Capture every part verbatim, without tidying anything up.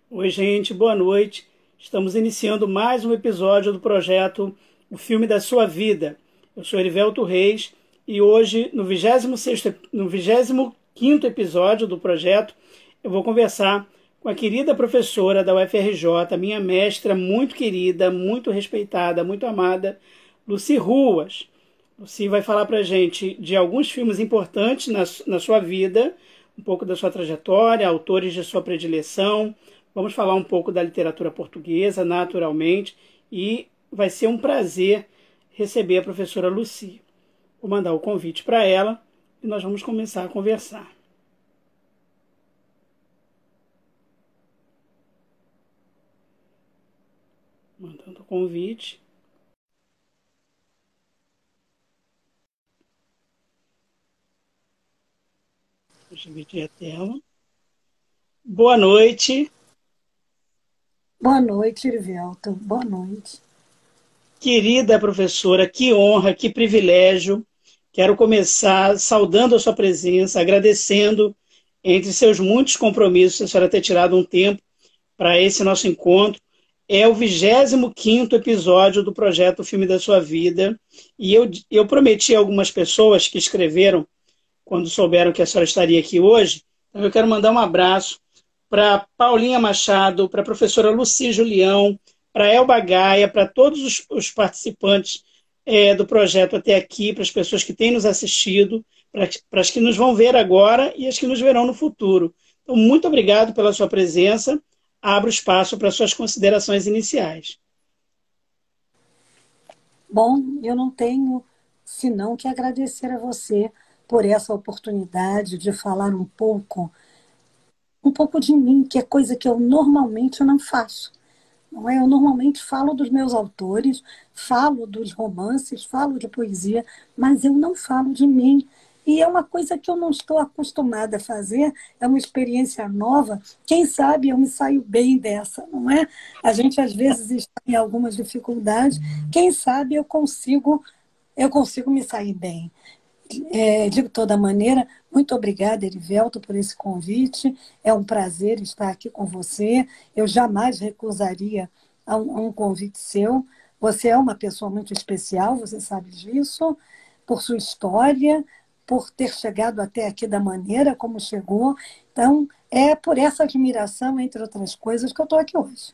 Oi, gente, boa noite. Estamos iniciando mais um episódio do projeto O Filme da Sua Vida. Eu sou Erivelto Reis e hoje, no vigésimo sexto, no vigésimo quinto episódio do projeto, eu vou conversar com a querida professora da U F R J, minha mestra muito querida, muito respeitada, muito amada, Lucy Ruas. Lucy vai falar para a gente de alguns filmes importantes na, na sua vida, um pouco da sua trajetória, autores de sua predileção. Vamos falar um pouco da literatura portuguesa, naturalmente, e vai ser um prazer receber a professora Lucy. Vou mandar o convite para ela e nós vamos começar a conversar. Mandando o convite. Vou dividir a tela. Boa noite. Boa noite, Erivelto. Boa noite. Querida professora, que honra, que privilégio. Quero começar saudando a sua presença, agradecendo, entre seus muitos compromissos, a senhora ter tirado um tempo para esse nosso encontro. É o vigésimo quinto episódio do projeto O Filme da Sua Vida. E eu, eu prometi a algumas pessoas que escreveram, quando souberam que a senhora estaria aqui hoje, então eu quero mandar um abraço para Paulinha Machado, para a professora Lucy Julião, para Elba Gaia, para todos os, os participantes é, do projeto até aqui, para as pessoas que têm nos assistido, para, para as que nos vão ver agora e as que nos verão no futuro. Então, muito obrigado pela sua presença. Abro espaço para suas considerações iniciais. Bom, eu não tenho senão que agradecer a você por essa oportunidade de falar um pouco, um pouco de mim, que é coisa que eu normalmente não faço. Não é? Eu normalmente falo dos meus autores, falo dos romances, falo de poesia, mas eu não falo de mim. E é uma coisa que eu não estou acostumada a fazer, é uma experiência nova. Quem sabe eu me saio bem dessa, não é? A gente às vezes está em algumas dificuldades, quem sabe eu consigo, eu consigo me sair bem. É, de toda maneira, muito obrigada, Erivelto, por esse convite. É um prazer estar aqui com você. Eu jamais recusaria a um, a um convite seu. Você é uma pessoa muito especial, você sabe disso, por sua história, por ter chegado até aqui da maneira como chegou. Então, é por essa admiração, entre outras coisas, que eu estou aqui hoje.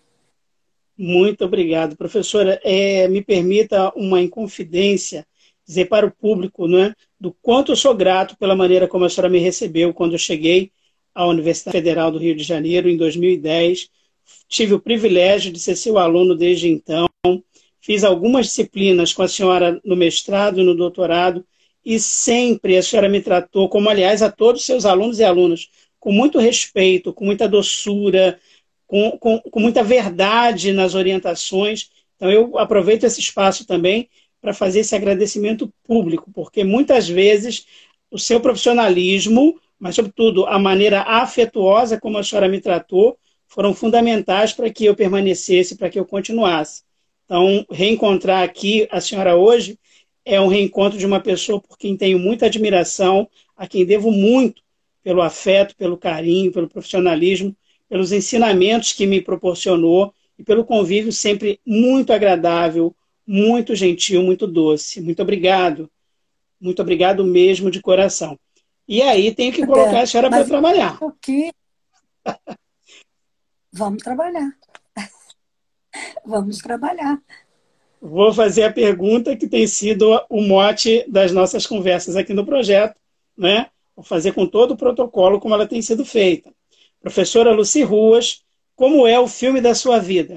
Muito obrigado, professora. É, me permita uma inconfidência, dizer para o público, não é, do quanto eu sou grato pela maneira como a senhora me recebeu quando eu cheguei à Universidade Federal do Rio de Janeiro em dois mil e dez. Tive o privilégio de ser seu aluno desde então. Fiz algumas disciplinas com a senhora no mestrado e no doutorado e sempre a senhora me tratou, como aliás a todos os seus alunos e alunas, com muito respeito, com muita doçura, com, com, com muita verdade nas orientações. Então, eu aproveito esse espaço também para fazer esse agradecimento público, porque muitas vezes o seu profissionalismo, mas, sobretudo, a maneira afetuosa como a senhora me tratou, foram fundamentais para que eu permanecesse, para que eu continuasse. Então, reencontrar aqui a senhora hoje é um reencontro de uma pessoa por quem tenho muita admiração, a quem devo muito pelo afeto, pelo carinho, pelo profissionalismo, pelos ensinamentos que me proporcionou e pelo convívio sempre muito agradável, muito gentil, muito doce. Muito obrigado. Muito obrigado mesmo de coração. E aí tenho que colocar a senhora para Mas trabalhar. o que? Vamos trabalhar. Vamos trabalhar. Vou fazer a pergunta que tem sido o mote das nossas conversas aqui no projeto, né? Vou fazer com todo o protocolo como ela tem sido feita. Professora Lucy Ruas, como é o filme da sua vida?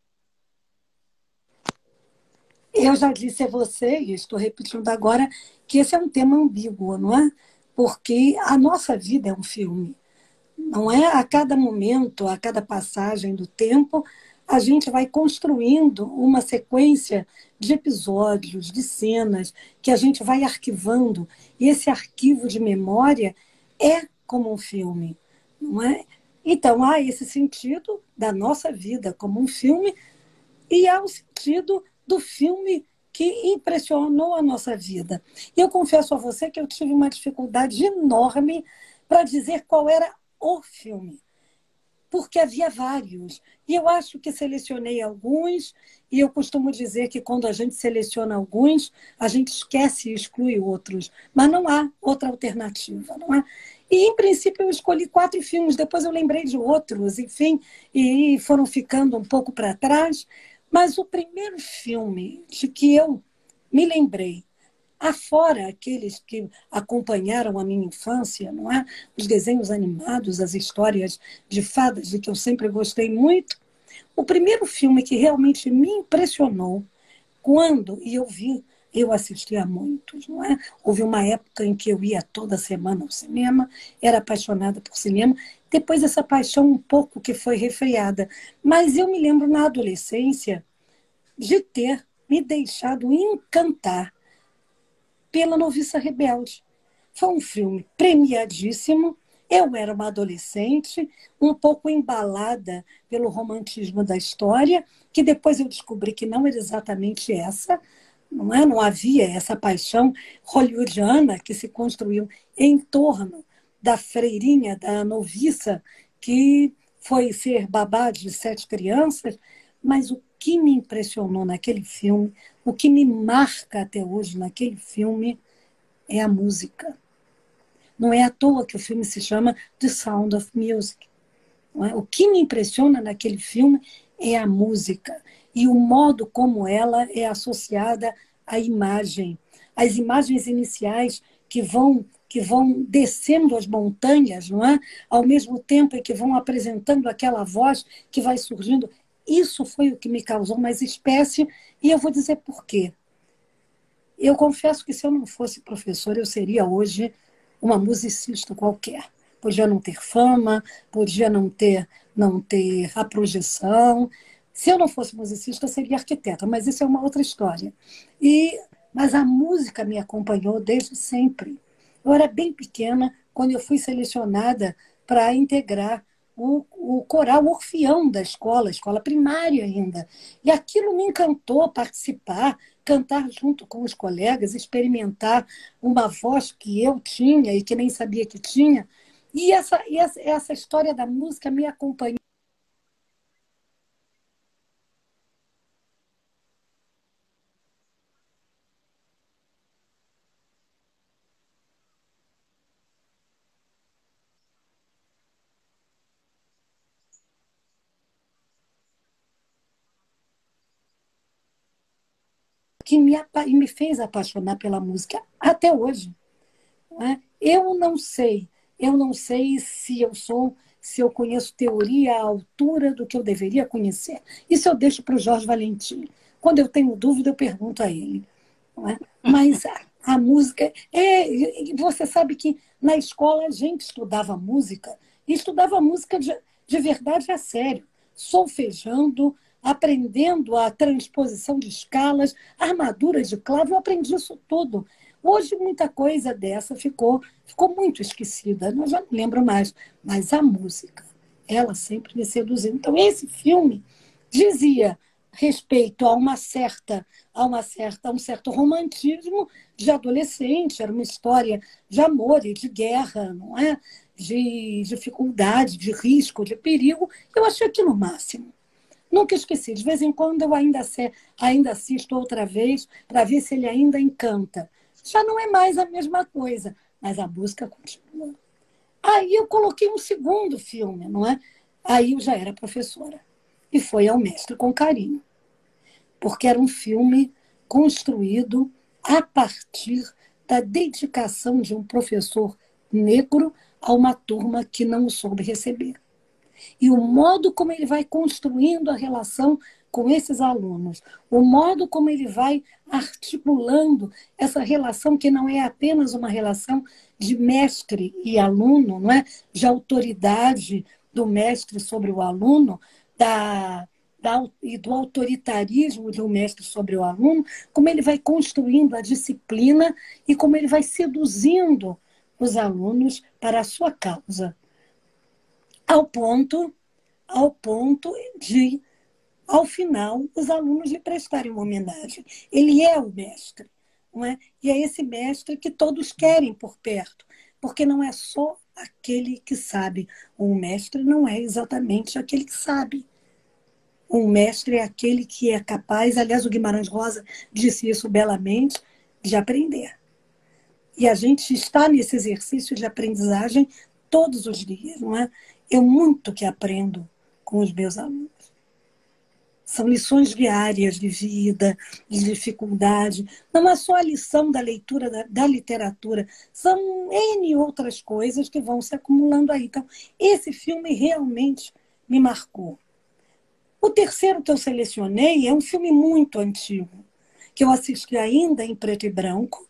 Eu já disse a você, e estou repetindo agora, que esse é um tema ambíguo, não é? Porque a nossa vida é um filme, não é? A cada momento, a cada passagem do tempo, a gente vai construindo uma sequência de episódios, de cenas, que a gente vai arquivando. E esse arquivo de memória é como um filme, não é? Então, há esse sentido da nossa vida como um filme, e há o sentido do filme que impressionou a nossa vida. E eu confesso a você que eu tive uma dificuldade enorme para dizer qual era o filme. porque havia vários. E eu acho que selecionei alguns, e eu costumo dizer que quando a gente seleciona alguns, a gente esquece e exclui outros. Mas não há outra alternativa, não é? E, em princípio, eu escolhi quatro filmes, depois eu lembrei de outros, enfim, e foram ficando um pouco para trás. Mas o primeiro filme de que eu me lembrei, afora aqueles que acompanharam a minha infância, não é? Os desenhos animados, as histórias de fadas, de que eu sempre gostei muito, o primeiro filme que realmente me impressionou, quando, e eu vi, eu assisti a muitos, não é? Houve uma época em que eu ia toda semana ao cinema, era apaixonada por cinema, depois essa paixão um pouco que foi refreada. Mas eu me lembro na adolescência de ter me deixado encantar pela Noviça Rebelde. Foi um filme premiadíssimo. Eu era uma adolescente, um pouco embalada pelo romantismo da história, que depois eu descobri que não era exatamente essa, não é? Não havia essa paixão hollywoodiana que se construiu em torno da freirinha, da noviça, que foi ser babá de sete crianças, mas o que me impressionou naquele filme, o que me marca até hoje naquele filme, é a música. Não é à toa que o filme se chama The Sound of Music. Não é? O que me impressiona naquele filme é a música e o modo como ela é associada à imagem. As imagens iniciais que vão que vão descendo as montanhas, não é? Ao mesmo tempo em que vão apresentando aquela voz que vai surgindo. Isso foi o que me causou mais espécie, e eu vou dizer por quê. Eu confesso que se eu não fosse professora, eu seria hoje uma musicista qualquer. Podia não ter fama, podia não ter, não ter a projeção. Se eu não fosse musicista, eu seria arquiteta, mas isso é uma outra história. E, mas a música me acompanhou desde sempre. Eu era bem pequena quando eu fui selecionada para integrar o, o coral Orfeão da escola, escola primária ainda. E aquilo me encantou participar, cantar junto com os colegas, experimentar uma voz que eu tinha e que nem sabia que tinha. E essa, e essa, essa história da música me acompanhou. Que me, apa- e me fez apaixonar pela música até hoje. Não é? Eu não sei, eu não sei se eu sou, se eu conheço teoria à altura do que eu deveria conhecer. Isso eu deixo para o Jorge Valentim. Quando eu tenho dúvida, eu pergunto a ele. Não é? Mas a, a música. É, e você sabe que na escola a gente estudava música, e estudava música de, de verdade a sério, solfejando, aprendendo a transposição de escalas, armadura de clave, eu aprendi isso tudo. Hoje, muita coisa dessa ficou, ficou muito esquecida, eu já não lembro mais. Mas a música, ela sempre me seduziu. Então, esse filme dizia respeito a uma certa, a uma certa, a um certo romantismo de adolescente, era uma história de amor e de guerra, não é? De dificuldade, de risco, de perigo. Eu achei aquilo o máximo. Nunca esqueci. De vez em quando eu ainda, se- ainda assisto outra vez para ver se ele ainda encanta. Já não é mais a mesma coisa, mas a música continua. Aí eu coloquei um segundo filme, não é? Aí eu já era professora. E foi Ao Mestre com Carinho, porque era um filme construído a partir da dedicação de um professor negro a uma turma que não o soube receber. E o modo como ele vai construindo a relação com esses alunos, o modo como ele vai articulando essa relação que não é apenas uma relação de mestre e aluno, não é? De autoridade do mestre sobre o aluno, da, da, e do autoritarismo do mestre sobre o aluno, como ele vai construindo a disciplina e como ele vai seduzindo os alunos para a sua causa, ao ponto, ao ponto de, ao final, os alunos lhe prestarem uma homenagem. Ele é o mestre, não é? E é esse mestre que todos querem por perto, porque não é só aquele que sabe. Um mestre não é exatamente aquele que sabe. Um mestre é aquele que é capaz, aliás, o Guimarães Rosa disse isso belamente, de aprender. E a gente está nesse exercício de aprendizagem todos os dias, não é? Eu muito que aprendo com os meus alunos. São lições diárias de vida, de dificuldade. Não é só a lição da leitura da, da literatura, são N outras coisas que vão se acumulando aí. Então, esse filme realmente me marcou. O terceiro que eu selecionei é um filme muito antigo, que eu assisti ainda em preto e branco,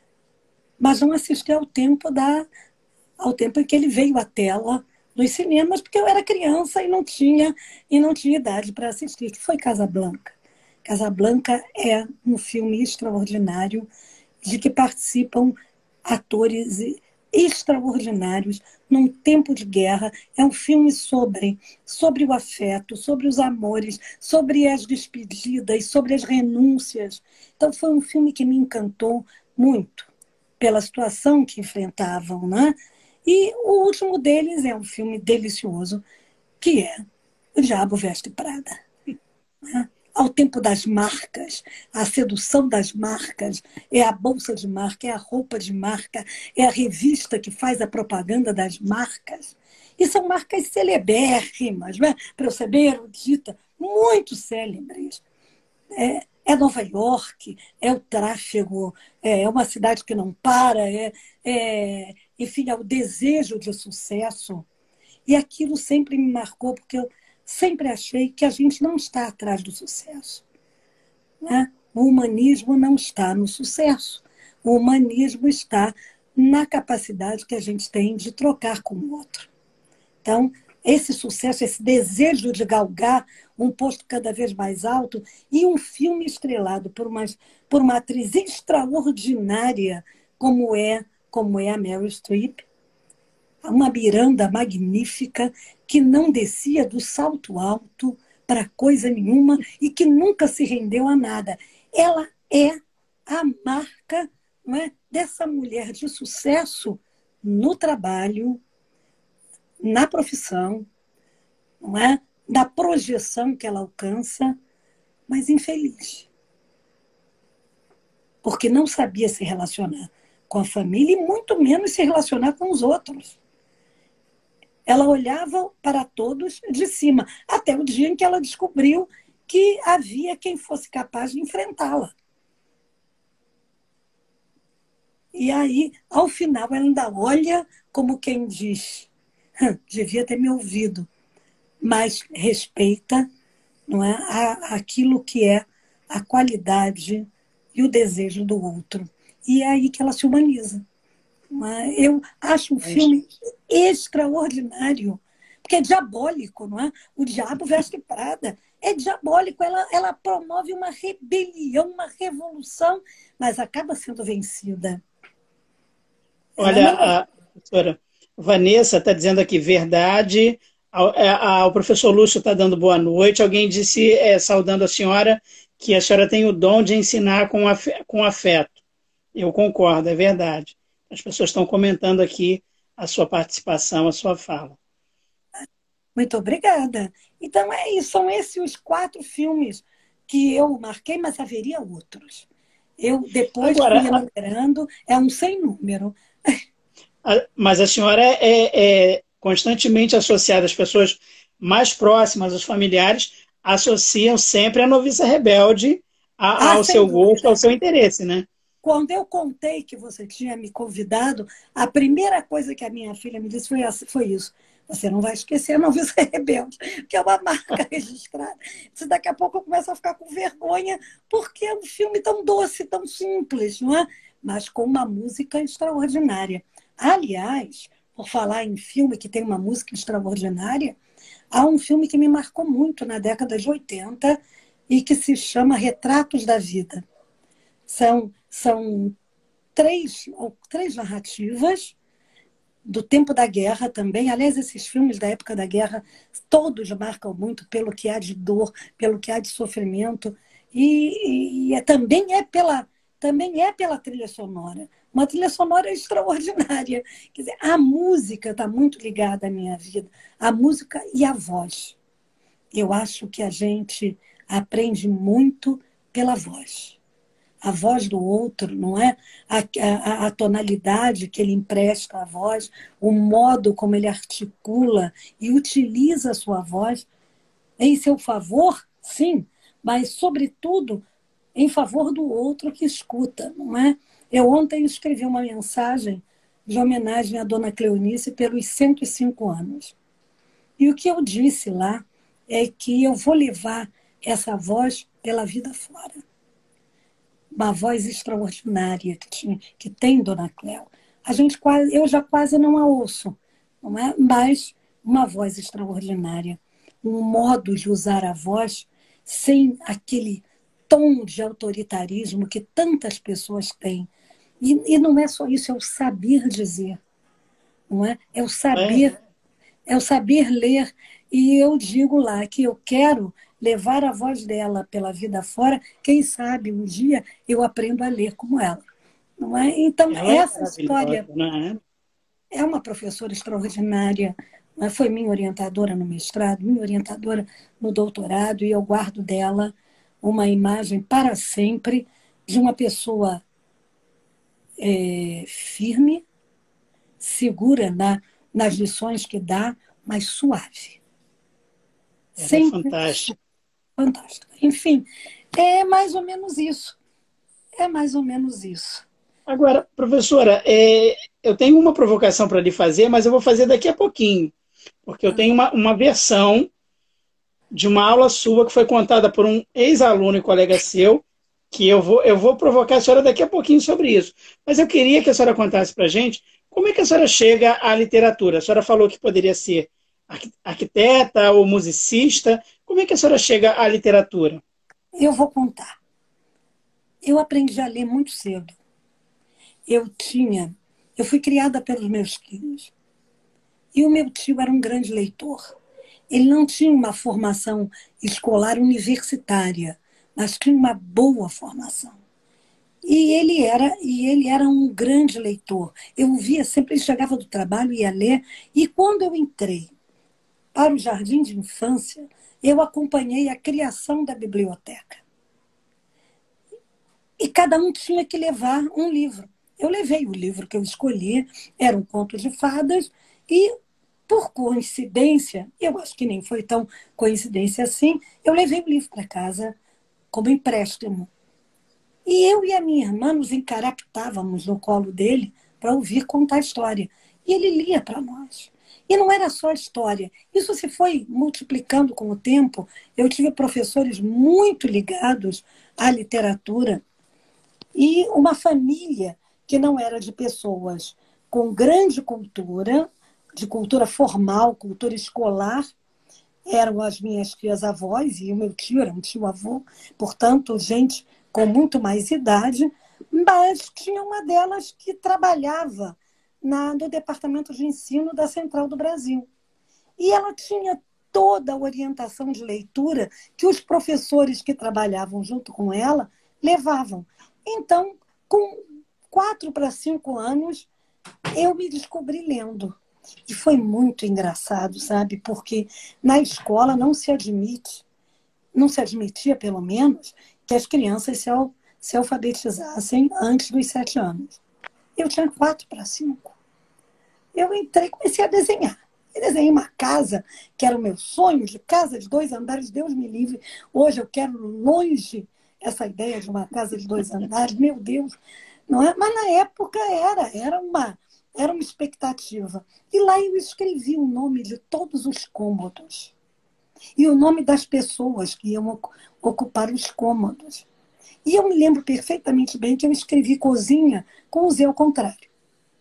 mas não assisti ao tempo, da, ao tempo em que ele veio à tela nos cinemas, porque eu era criança e não tinha, e não tinha idade para assistir, que foi Casablanca. Casablanca é um filme extraordinário, de que participam atores extraordinários num tempo de guerra. É um filme sobre, sobre o afeto, sobre os amores, sobre as despedidas, sobre as renúncias. Então foi um filme que me encantou muito pela situação que enfrentavam, né? E o último deles é um filme delicioso, que é O Diabo Veste Prada. Né? Ao tempo das marcas, a sedução das marcas, é a bolsa de marca, é a roupa de marca, é a revista que faz a propaganda das marcas. E são marcas celebérrimas, né? Para eu ser bem erudita, muito célebres. É, é Nova York, é o tráfego, é uma cidade que não para, é, é, enfim, é o desejo de sucesso. E aquilo sempre me marcou, porque eu sempre achei que a gente não está atrás do sucesso. Né? O humanismo não está no sucesso. O humanismo está na capacidade que a gente tem de trocar com o outro. Então, esse sucesso, esse desejo de galgar um posto cada vez mais alto e um filme estrelado por uma, por uma atriz extraordinária como é, como é a Meryl Streep, uma Miranda magnífica que não descia do salto alto para coisa nenhuma e que nunca se rendeu a nada. Ela é a marca, não é, dessa mulher de sucesso no trabalho, na profissão, não é? Da projeção que ela alcança, mas infeliz. Porque não sabia se relacionar com a família e muito menos se relacionar com os outros. Ela olhava para todos de cima, até o dia em que ela descobriu que havia quem fosse capaz de enfrentá-la. E aí, ao final, ela ainda olha como quem diz, devia ter me ouvido, mas respeita, não é, a, aquilo que é a qualidade e o desejo do outro. E é aí que ela se humaniza. Eu acho um filme extraordinário, porque é diabólico, não é? O Diabo Veste Prada é diabólico, ela, ela promove uma rebelião, uma revolução, mas acaba sendo vencida. Olha, a professora Vanessa está dizendo aqui, verdade. O professor Lúcio está dando boa noite. Alguém disse, é, saudando a senhora, que a senhora tem o dom de ensinar com, afeto, com afeto. Eu concordo, é verdade. As pessoas estão comentando aqui a sua participação, a sua fala. Muito obrigada. Então, é isso. São esses os quatro filmes que eu marquei, mas haveria outros. Eu depois Agora, fui enumerando, é um sem número. Mas a senhora é, é constantemente associada às pessoas mais próximas, os familiares, associam sempre a Noviça Rebelde a, ah, ao seu dúvida. Gosto, ao seu interesse, né? Quando eu contei que você tinha me convidado, a primeira coisa que a minha filha me disse foi, foi isso. Você não vai esquecer a Noviça Rebelde, que é uma marca registrada. Se daqui a pouco eu começo a ficar com vergonha, porque é um filme tão doce, tão simples, não é? Mas com uma música extraordinária. Aliás, por falar em filme que tem uma música extraordinária, há um filme que me marcou muito na década de oitenta e que se chama Retratos da Vida. São, são três, três narrativas do tempo da guerra também. Aliás, esses filmes da época da guerra, todos marcam muito pelo que há de dor, pelo que há de sofrimento. E, e é, também é pela, também é pela trilha sonora. Uma trilha sonora extraordinária. Quer dizer, a música está muito ligada à minha vida. A música e a voz. Eu acho que a gente aprende muito pela voz. A voz do outro, não é? A, a, a tonalidade que ele empresta à voz, o modo como ele articula e utiliza a sua voz em seu favor, sim, mas, sobretudo, em favor do outro que escuta, não é? Eu ontem escrevi uma mensagem de homenagem à Dona Cleonice pelos cento e cinco anos. E o que eu disse lá é que eu vou levar essa voz pela vida fora. Uma voz extraordinária que, tinha, que tem Dona Cléo. A gente quase, eu já quase não a ouço, não é? Mas uma voz extraordinária. Um modo de usar a voz sem aquele tom de autoritarismo que tantas pessoas têm. E, e não é só isso, é o saber dizer. Não é? É o saber, é o saber ler. E eu digo lá que eu quero levar a voz dela pela vida fora. Quem sabe um dia eu aprendo a ler como ela. Não é? Então, Ela é essa maravilhosa, história não é? é uma professora extraordinária. Foi minha orientadora no mestrado, minha orientadora no doutorado, e eu guardo dela uma imagem para sempre de uma pessoa é, firme, segura na, nas lições que dá, mas suave. Ela é Sempre fantástica. fantástica. Enfim, é mais ou menos isso. É mais ou menos isso. Agora, professora, é, eu tenho uma provocação para lhe fazer, mas eu vou fazer daqui a pouquinho, porque eu tenho uma, uma versão de uma aula sua que foi contada por um ex-aluno e colega seu, que eu vou, eu vou provocar a senhora daqui a pouquinho sobre isso. Mas eu queria que a senhora contasse para a gente como é que a senhora chega à literatura. A senhora falou que poderia ser arquiteta ou musicista. Como é que a senhora chega à literatura? Eu vou contar. Eu aprendi a ler muito cedo. Eu tinha, eu fui criada pelos meus tios. E o meu tio era um grande leitor. Ele não tinha uma formação escolar universitária, mas tinha uma boa formação. E ele era, e ele era um grande leitor. Eu via sempre, ele chegava do trabalho, ia ler, e quando eu entrei para o jardim de infância, eu acompanhei a criação da biblioteca. E cada um tinha que levar um livro. Eu levei o livro que eu escolhi, era um conto de fadas, e, por coincidência, eu acho que nem foi tão coincidência assim, eu levei o livro para casa como empréstimo. E eu e a minha irmã nos encaraptávamos no colo dele para ouvir contar a história. E ele lia para nós. E não era só história. Isso se foi multiplicando com o tempo. Eu tive professores muito ligados à literatura e uma família que não era de pessoas com grande cultura, de cultura formal, cultura escolar. Eram as minhas tias-avós e o meu tio era um tio-avô, portanto, gente com muito mais idade, mas tinha uma delas que trabalhava na, no Departamento de Ensino da Central do Brasil. E ela tinha toda a orientação de leitura que os professores que trabalhavam junto com ela levavam. Então, com quatro para cinco anos, eu me descobri lendo. E foi muito engraçado, sabe? Porque na escola não se admite, não se admitia, pelo menos, que as crianças se, al se alfabetizassem antes dos sete anos. Eu tinha quatro para cinco. Eu entrei e comecei a desenhar. Eu desenhei uma casa, que era o meu sonho, de casa de dois andares, Deus me livre. Hoje eu quero longe essa ideia de uma casa de dois andares, meu Deus. Não é? Mas na época era, era uma... Era uma expectativa. E lá eu escrevi o nome de todos os cômodos. E o nome das pessoas que iam ocupar os cômodos. E eu me lembro perfeitamente bem que eu escrevi cozinha com o Z ao contrário.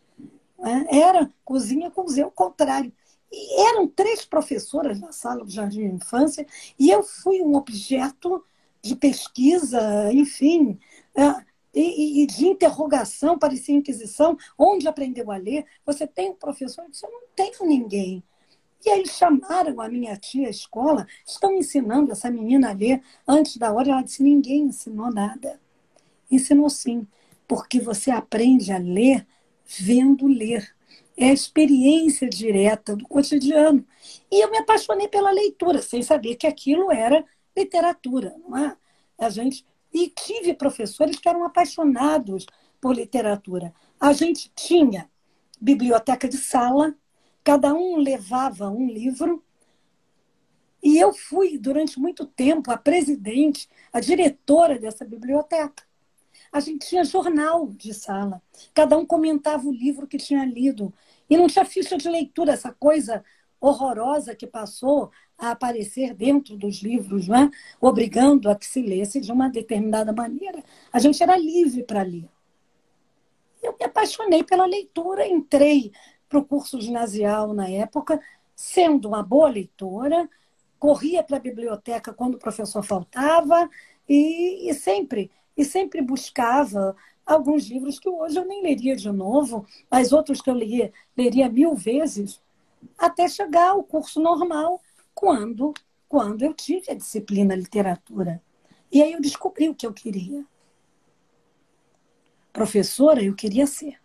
Era cozinha com o Z ao contrário. E eram três professoras na sala do Jardim de Infância, e eu fui um objeto de pesquisa, enfim... E, e de interrogação, parecia inquisição, onde aprendeu a ler? Você tem um professor? Eu disse, eu não tenho ninguém. E aí chamaram a minha tia à escola, estão ensinando essa menina a ler antes da hora. Ela disse, ninguém ensinou nada. Ensinou sim, porque você aprende a ler vendo ler. É a experiência direta do cotidiano. E eu me apaixonei pela leitura, sem saber que aquilo era literatura, não é? A gente... E tive professores que eram apaixonados por literatura. A gente tinha biblioteca de sala, cada um levava um livro, e eu fui, durante muito tempo, a presidente, a diretora dessa biblioteca. A gente tinha jornal de sala, cada um comentava o livro que tinha lido, e não tinha ficha de leitura, essa coisa horrorosa que passou a aparecer dentro dos livros, né? Obrigando a que se lesse de uma determinada maneira. A gente era livre para ler. Eu me apaixonei pela leitura, entrei para o curso ginasial na época, sendo uma boa leitora, corria para a biblioteca quando o professor faltava e, e sempre e sempre buscava alguns livros que hoje eu nem leria de novo, mas outros que eu leria, leria mil vezes, até chegar ao curso normal, quando, quando eu tive a disciplina literatura. E aí eu descobri o que eu queria. Professora, eu queria ser.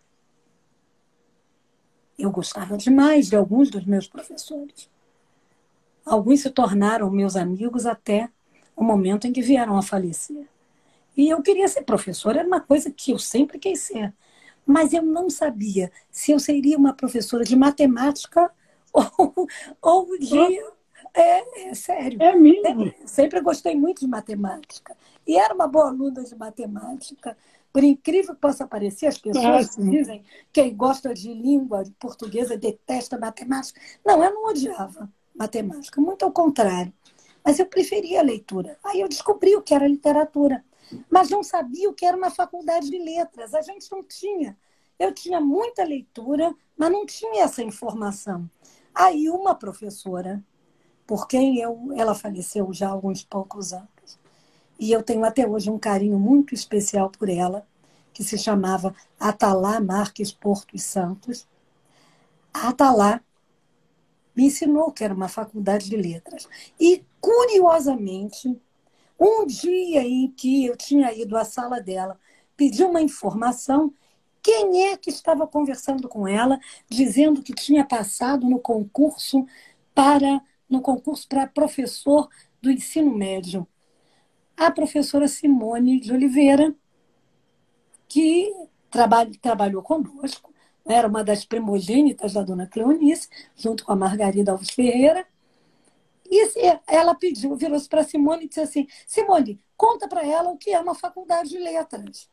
Eu gostava demais de alguns dos meus professores. Alguns se tornaram meus amigos até o momento em que vieram a falecer. E eu queria ser professora, era uma coisa que eu sempre quis ser. Mas eu não sabia se eu seria uma professora de matemática ou, ou de... É, é sério. É mesmo? Sempre, sempre gostei muito de matemática. E era uma boa aluna de matemática. Por incrível que possa parecer, as Ah, pessoas sim. dizem que quem gosta de língua portuguesa detesta matemática. Não, eu não odiava matemática, muito ao contrário. Mas eu preferia a leitura. Aí eu descobri o que era literatura, mas não sabia o que era uma faculdade de letras. A gente não tinha. Eu tinha muita leitura, mas não tinha essa informação. Aí uma professora, por quem eu, ela faleceu já há alguns poucos anos, e eu tenho até hoje um carinho muito especial por ela, que se chamava Atalá Marques Porto e Santos. A Atalá me ensinou que era uma faculdade de letras. E, curiosamente, um dia em que eu tinha ido à sala dela pedir uma informação, quem é que estava conversando com ela, dizendo que tinha passado no concurso para no concurso para professor do ensino médio? A professora Simone de Oliveira, que traba- trabalhou conosco, era uma das primogênitas da dona Cleonice, junto com a Margarida Alves Ferreira. E ela pediu, virou-se para a Simone e disse assim: Simone, conta para ela o que é uma faculdade de letras.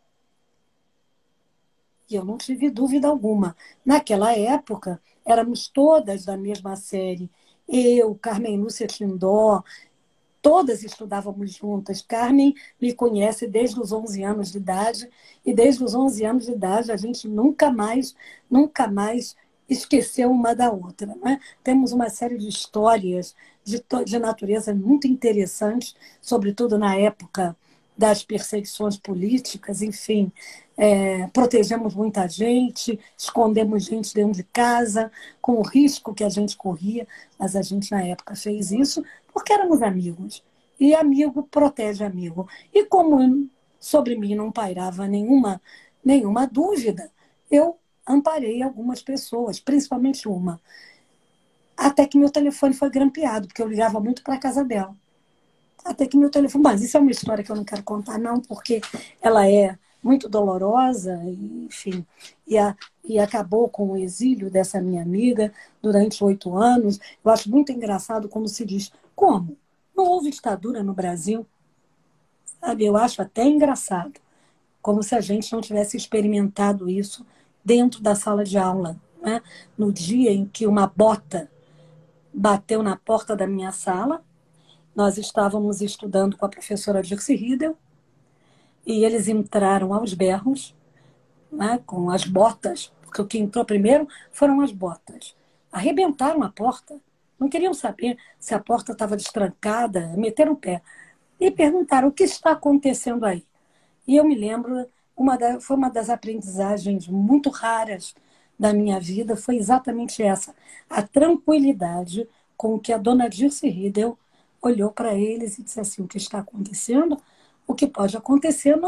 E eu não tive dúvida alguma. Naquela época, éramos todas da mesma série. Eu, Carmen Lúcia Tindó, todas estudávamos juntas. Carmen me conhece desde os onze anos de idade, e desde os onze anos de idade a gente nunca mais, nunca mais esqueceu uma da outra. Né? Temos uma série de histórias de, de natureza muito interessantes, sobretudo na época das perseguições políticas, enfim. É, protegemos muita gente, escondemos gente dentro de casa, com o risco que a gente corria, mas a gente, na época, fez isso porque éramos amigos. E amigo protege amigo. E como sobre mim não pairava nenhuma, nenhuma dúvida, eu amparei algumas pessoas, principalmente uma. Até que meu telefone foi grampeado, porque eu ligava muito para a casa dela. Até que meu telefone... Mas isso é uma história que eu não quero contar, não, porque ela é muito dolorosa, enfim. E, a, e acabou com o exílio dessa minha amiga durante oito anos. Eu acho muito engraçado quando se diz: como? Não houve ditadura no Brasil? Sabe? Eu acho até engraçado, como se a gente não tivesse experimentado isso dentro da sala de aula. Né? No dia em que uma bota bateu na porta da minha sala, nós estávamos estudando com a professora Dirce Riedel, e eles entraram aos berros, né, com as botas, porque o que entrou primeiro foram as botas. Arrebentaram a porta, não queriam saber se a porta estava destrancada, meteram o pé. E perguntaram: o que está acontecendo aí? E eu me lembro, uma da, foi uma das aprendizagens muito raras da minha vida, foi exatamente essa, a tranquilidade com que a dona Dirce Riedel olhou para eles e disse assim: o que está acontecendo? O que pode acontecer numa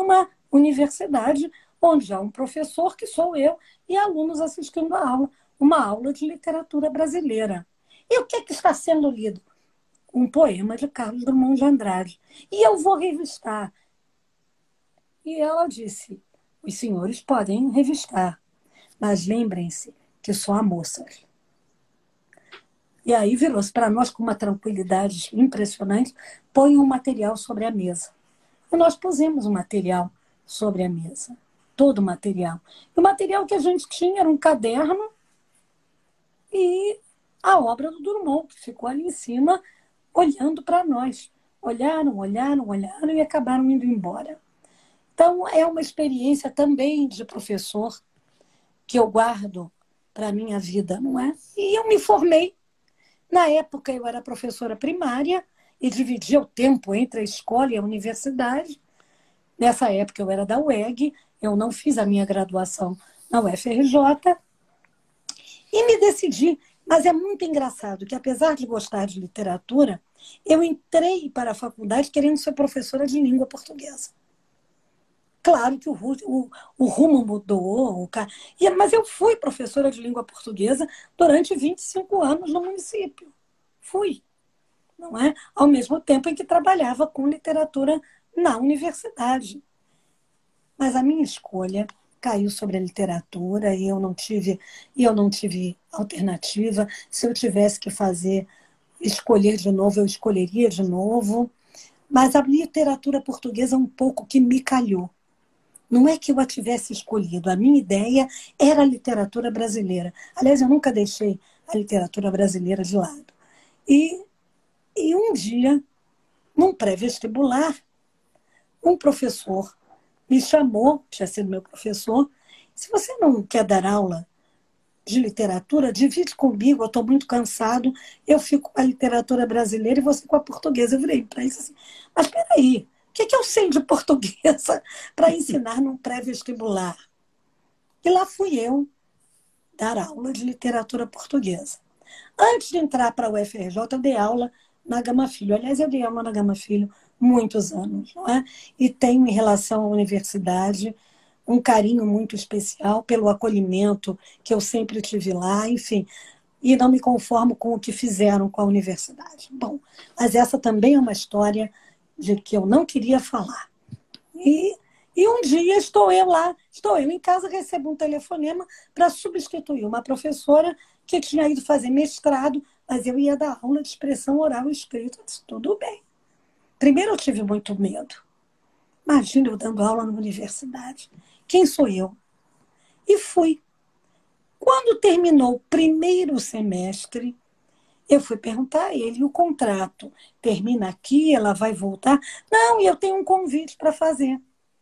universidade, onde há um professor, que sou eu, e alunos assistindo a aula, uma aula de literatura brasileira. E o que, é que está sendo lido? Um poema de Carlos Drummond de Andrade. E eu vou revistar. E ela disse, os senhores podem revistar, mas lembrem-se que só há moças. E aí virou-se para nós com uma tranquilidade impressionante, põe um material sobre a mesa. E nós pusemos o material sobre a mesa, todo o material. E o material que a gente tinha era um caderno e a obra do Drummond, que ficou ali em cima, olhando para nós. Olharam, olharam, olharam e acabaram indo embora. Então, é uma experiência também de professor que eu guardo para a minha vida, não é? E eu me formei. Na época, eu era professora primária e dividia o tempo entre a escola e a universidade. Nessa época, eu era da U E G, eu não fiz a minha graduação na U F R J e me decidi. Mas é muito engraçado que, apesar de gostar de literatura, eu entrei para a faculdade querendo ser professora de língua portuguesa. Claro que o, o, o rumo mudou, o, mas eu fui professora de língua portuguesa durante vinte e cinco anos no município. Fui, não é? Ao mesmo tempo em que trabalhava com literatura na universidade. Mas a minha escolha caiu sobre a literatura e eu não tive, e eu não tive alternativa. Se eu tivesse que fazer, escolher de novo, eu escolheria de novo. Mas a literatura portuguesa é um pouco que me calhou. Não é que eu a tivesse escolhido. A minha ideia era a literatura brasileira. Aliás, eu nunca deixei a literatura brasileira de lado. E, e um dia, num pré-vestibular, um professor me chamou, tinha sido meu professor, se você não quer dar aula de literatura, divide comigo, eu estou muito cansado, eu fico com a literatura brasileira e você com a portuguesa. Eu virei para isso assim, mas espera aí, o que, que eu sei de portuguesa para ensinar num pré-vestibular? E lá fui eu dar aula de literatura portuguesa. Antes de entrar para a U F R J, eu dei aula na Gama Filho. Aliás, eu dei aula na Gama Filho muitos anos, não é? E tenho, em relação à universidade, um carinho muito especial pelo acolhimento que eu sempre tive lá, enfim. E não me conformo com o que fizeram com a universidade. Bom, mas essa também é uma história de que eu não queria falar. E, e um dia estou eu lá, estou eu em casa, recebo um telefonema para substituir uma professora que tinha ido fazer mestrado, mas eu ia dar aula de expressão oral e escrita. Eu disse, tudo bem. Primeiro eu tive muito medo. Imagina eu dando aula na universidade. Quem sou eu? E fui. Quando terminou o primeiro semestre, eu fui perguntar a ele, o contrato termina aqui, ela vai voltar? Não, e eu tenho um convite para fazer.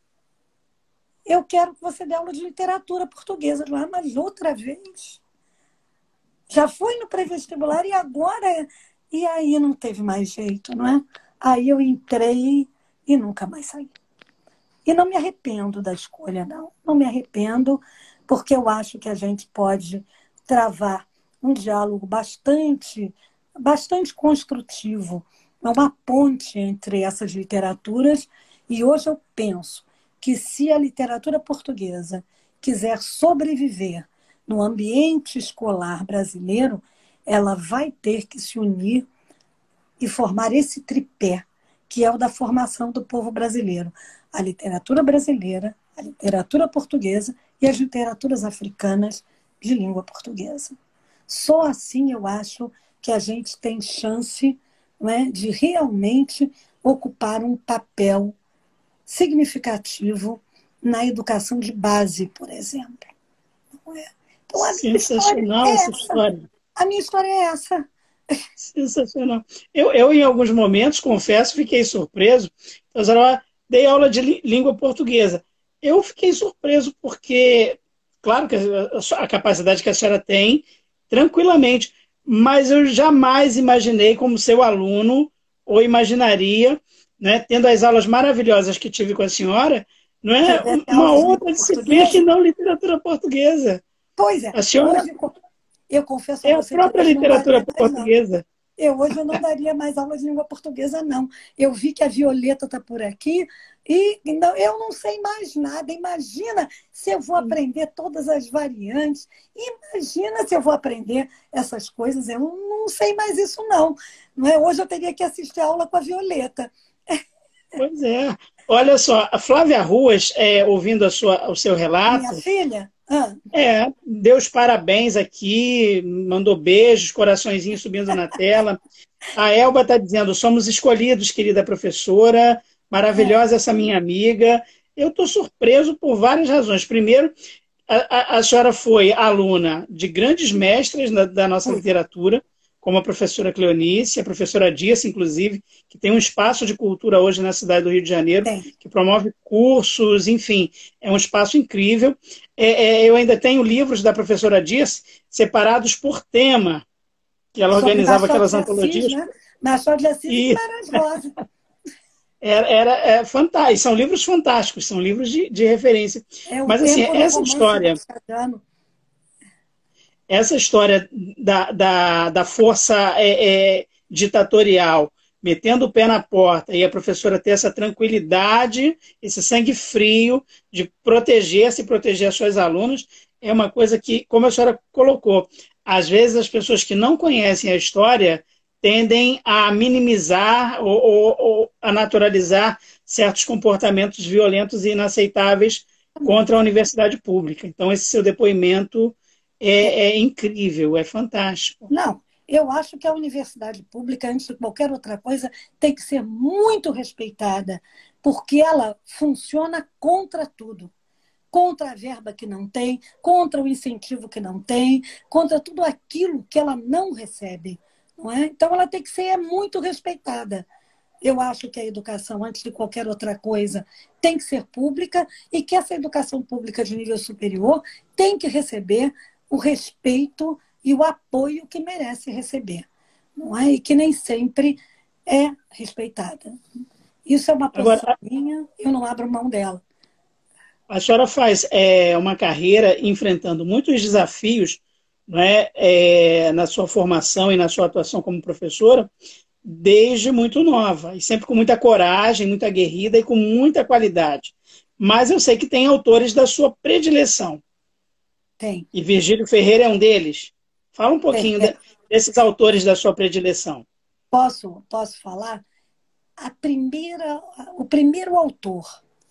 Eu quero que você dê aula de literatura portuguesa. Ah, mas outra vez? Já fui no pré-vestibular e agora... E aí não teve mais jeito, não é? Aí eu entrei e nunca mais saí. E não me arrependo da escolha, não. Não me arrependo, porque eu acho que a gente pode travar um diálogo bastante, bastante construtivo, uma ponte entre essas literaturas. E hoje eu penso que se a literatura portuguesa quiser sobreviver no ambiente escolar brasileiro, ela vai ter que se unir e formar esse tripé, que é o da formação do povo brasileiro. A literatura brasileira, a literatura portuguesa e as literaturas africanas de língua portuguesa. Só assim eu acho que a gente tem chance, não é, de realmente ocupar um papel significativo na educação de base, por exemplo. Não é? Então, a minha história é essa essa. história. A minha história é essa. Sensacional. Eu, eu, em alguns momentos, confesso, fiquei surpreso. Então, eu dei aula de língua portuguesa. Eu fiquei surpreso porque, claro que a, a capacidade que a senhora tem, tranquilamente, mas eu jamais imaginei como seu aluno, ou imaginaria, né, tendo as aulas maravilhosas que tive com a senhora, não é, uma outra disciplina que não literatura portuguesa. Pois é. A senhora... Hoje, eu confesso a É a você que própria hoje não literatura daria mais, portuguesa. não. Eu hoje eu não daria mais aula de língua portuguesa, não. Eu vi que a Violeta está por aqui E não, eu não sei mais nada. Imagina se eu vou aprender todas as variantes. Imagina se eu vou aprender essas coisas. Eu não, não sei mais isso, não. Não é? Hoje eu teria que assistir a aula com a Violeta. Pois é. Olha só, a Flávia Ruas, é, ouvindo a sua, o seu Minha relato, filha? Ah, é, deu os parabéns aqui, mandou beijos, coraçõezinhos subindo na tela. A Elba está dizendo: somos escolhidos, querida professora, é, maravilhosa essa minha amiga. Eu estou surpreso por várias razões. Primeiro, a, a, a senhora foi aluna de grandes mestres da, da nossa fui. literatura, como a professora Cleonice, a professora Dias, inclusive, que tem um espaço de cultura hoje na cidade do Rio de Janeiro, Tem. que promove cursos, enfim, é um espaço incrível. É, é, eu ainda tenho livros da professora Dias separados por tema, que ela Sobre organizava Machado aquelas de Assis, antologias. né? Machado de Assis e E Guimarães Rosa. era, era é, fantástico, são livros fantásticos, são livros de, de referência. É o Mas assim, tempo no essa romance história, machadiano. essa história da, da, da força é, é, ditatorial metendo o pé na porta e a professora ter essa tranquilidade, esse sangue frio de proteger-se e proteger as suas alunas, é uma coisa que, como a senhora colocou, às vezes as pessoas que não conhecem a história tendem a minimizar ou, ou, ou a naturalizar certos comportamentos violentos e inaceitáveis contra a Exatamente. universidade pública. Então, esse seu depoimento É. é, é incrível, é fantástico. Não, eu acho que a universidade pública, antes de qualquer outra coisa, tem que ser muito respeitada, porque ela funciona contra tudo. Contra a verba que não tem, contra o incentivo que não tem, contra tudo aquilo que ela não recebe. Não é? Então, ela tem que ser muito respeitada. Eu acho que a educação, antes de qualquer outra coisa, tem que ser pública e que essa educação pública de nível superior tem que receber o respeito e o apoio que merece receber, não é? E que nem sempre é respeitada. Isso é uma Agora, posição minha, eu não abro mão dela. a senhora faz é, uma carreira enfrentando muitos desafios, não é, é, na sua formação e na sua atuação como professora, desde muito nova, e sempre com muita coragem, muita aguerrida e com muita qualidade. Mas eu sei que tem autores da sua predileção, Tem, e Virgílio Ferreira é um deles. Fala um tem. pouquinho É, de, desses autores da sua predileção. posso, posso falar? A primeira, o primeiro autor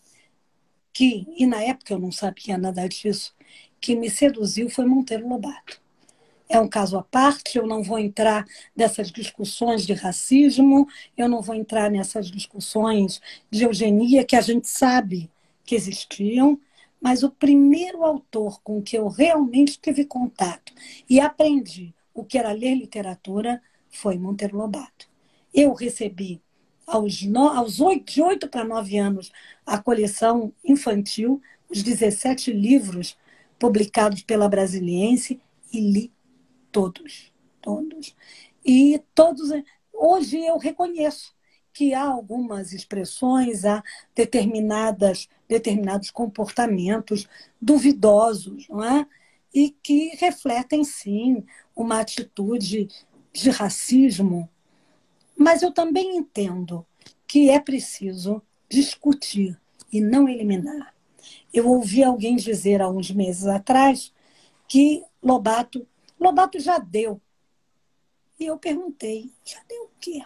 que, e na época eu não sabia nada disso, que me seduziu foi Monteiro Lobato. É um caso à parte, eu não vou entrar nessas discussões de racismo, eu não vou entrar nessas discussões de eugenia que a gente sabe que existiam, mas o primeiro autor com que eu realmente tive contato e aprendi o que era ler literatura foi Monteiro Lobato. Eu recebi aos, no, aos oito, de oito para nove anos a coleção infantil, os dezessete livros publicados pela Brasiliense, e li todos, todos. E todos, hoje eu reconheço que há algumas expressões, há determinadas, determinados comportamentos duvidosos, não é? E que refletem, sim, uma atitude de racismo. Mas eu também entendo que é preciso discutir e não eliminar. Eu ouvi alguém dizer há uns meses atrás que Lobato, Lobato já deu. E eu perguntei, já deu o quê?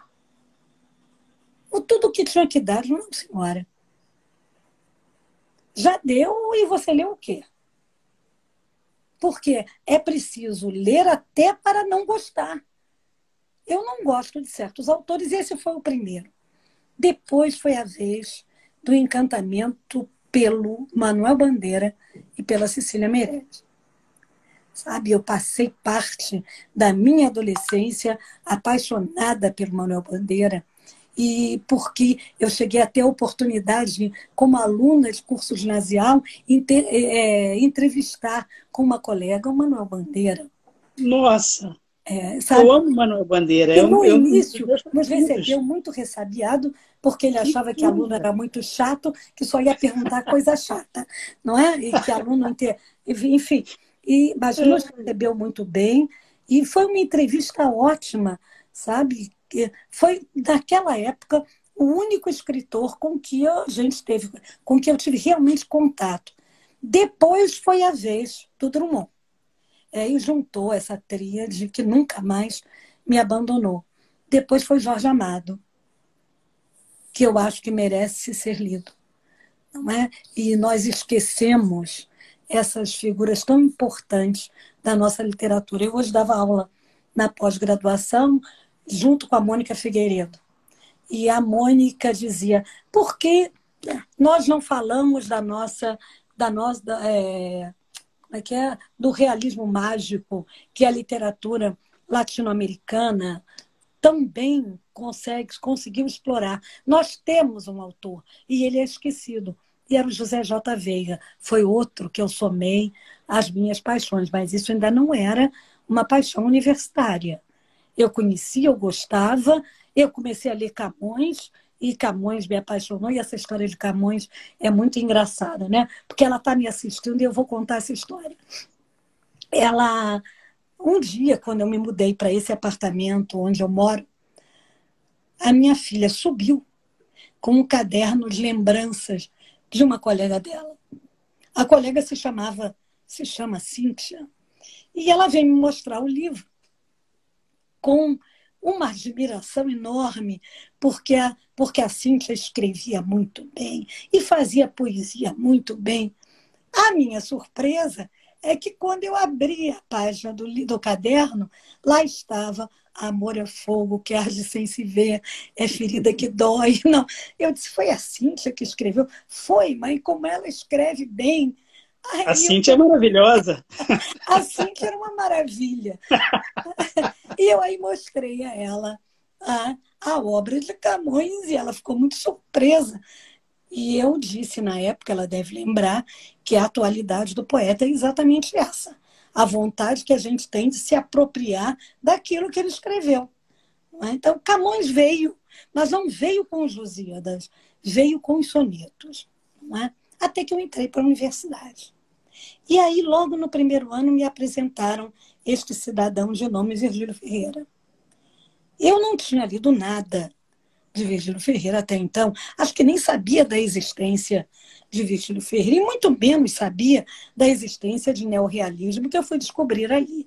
O tudo que tinha que dar, não, senhora. Já deu e você leu o quê? Porque é preciso ler até para não gostar. Eu não gosto de certos autores, e esse foi o primeiro. Depois foi a vez do encantamento pelo Manuel Bandeira e pela Cecília Meirelles. Sabe, eu passei parte da minha adolescência apaixonada pelo Manuel Bandeira, e porque eu cheguei a ter a oportunidade, como aluna de curso ginasial, inter, é, entrevistar com uma colega o Manuel Bandeira. Nossa, É, eu sabe? amo Manuel Bandeira, E é um, no é um dos início meus nos preferidos. recebeu muito ressabiado, porque ele Que achava que aluno coisa! era muito chato, que só ia perguntar coisa chata, não é? E que aluno inte- enfim, e, mas nos recebeu muito bem e foi uma entrevista ótima, sabe? Que foi naquela época o único escritor com que a gente teve, com que eu tive realmente contato. Depois foi a vez do Drummond. Aí juntou essa tríade que nunca mais me abandonou. Depois foi Jorge Amado, que eu acho que merece ser lido, não é? E nós esquecemos essas figuras tão importantes da nossa literatura. Eu hoje dava aula na pós-graduação junto com a Mônica Figueiredo. E a Mônica dizia, por que nós não falamos da nossa, da nossa é, como é que é? Do realismo mágico que a literatura latino-americana também consegue, conseguiu explorar. Nós temos um autor, e ele é esquecido, e era o José J. Veiga. Foi outro que eu somei às minhas paixões, mas isso ainda não era uma paixão universitária. Eu conhecia, eu gostava, eu comecei a ler Camões, e Camões me apaixonou, e essa história de Camões é muito engraçada, né? Porque ela está me assistindo e eu vou contar essa história. Ela, um dia, quando eu me mudei para esse apartamento onde eu moro, a minha filha subiu com um caderno de lembranças de uma colega dela. A colega se chamava, se chama Cíntia, e ela veio me mostrar o livro com uma admiração enorme, porque a, porque a Cíntia escrevia muito bem e fazia poesia muito bem. A minha surpresa é que quando eu abri a página do, do caderno, lá estava Amor é fogo que arde sem se ver, é ferida que dói. Não, eu disse, foi a Cíntia que escreveu? Foi, mãe, como ela escreve bem. A Aí eu, Cíntia é maravilhosa. a Cíntia era uma maravilha. E eu aí mostrei a ela a, a obra de Camões e ela ficou muito surpresa. E eu disse na época, ela deve lembrar, que a atualidade do poeta é exatamente essa. A vontade que a gente tem de se apropriar daquilo que ele escreveu. Não é? Então, Camões veio, mas não veio com os Lusíadas, veio com os sonetos. Não é? Até que eu entrei para a universidade. E aí, logo no primeiro ano, me apresentaram este cidadão de nome Virgílio Ferreira. Eu não tinha lido nada de Virgílio Ferreira até então, acho que nem sabia da existência de Virgílio Ferreira, e muito menos sabia da existência de neorrealismo, que eu fui descobrir ali.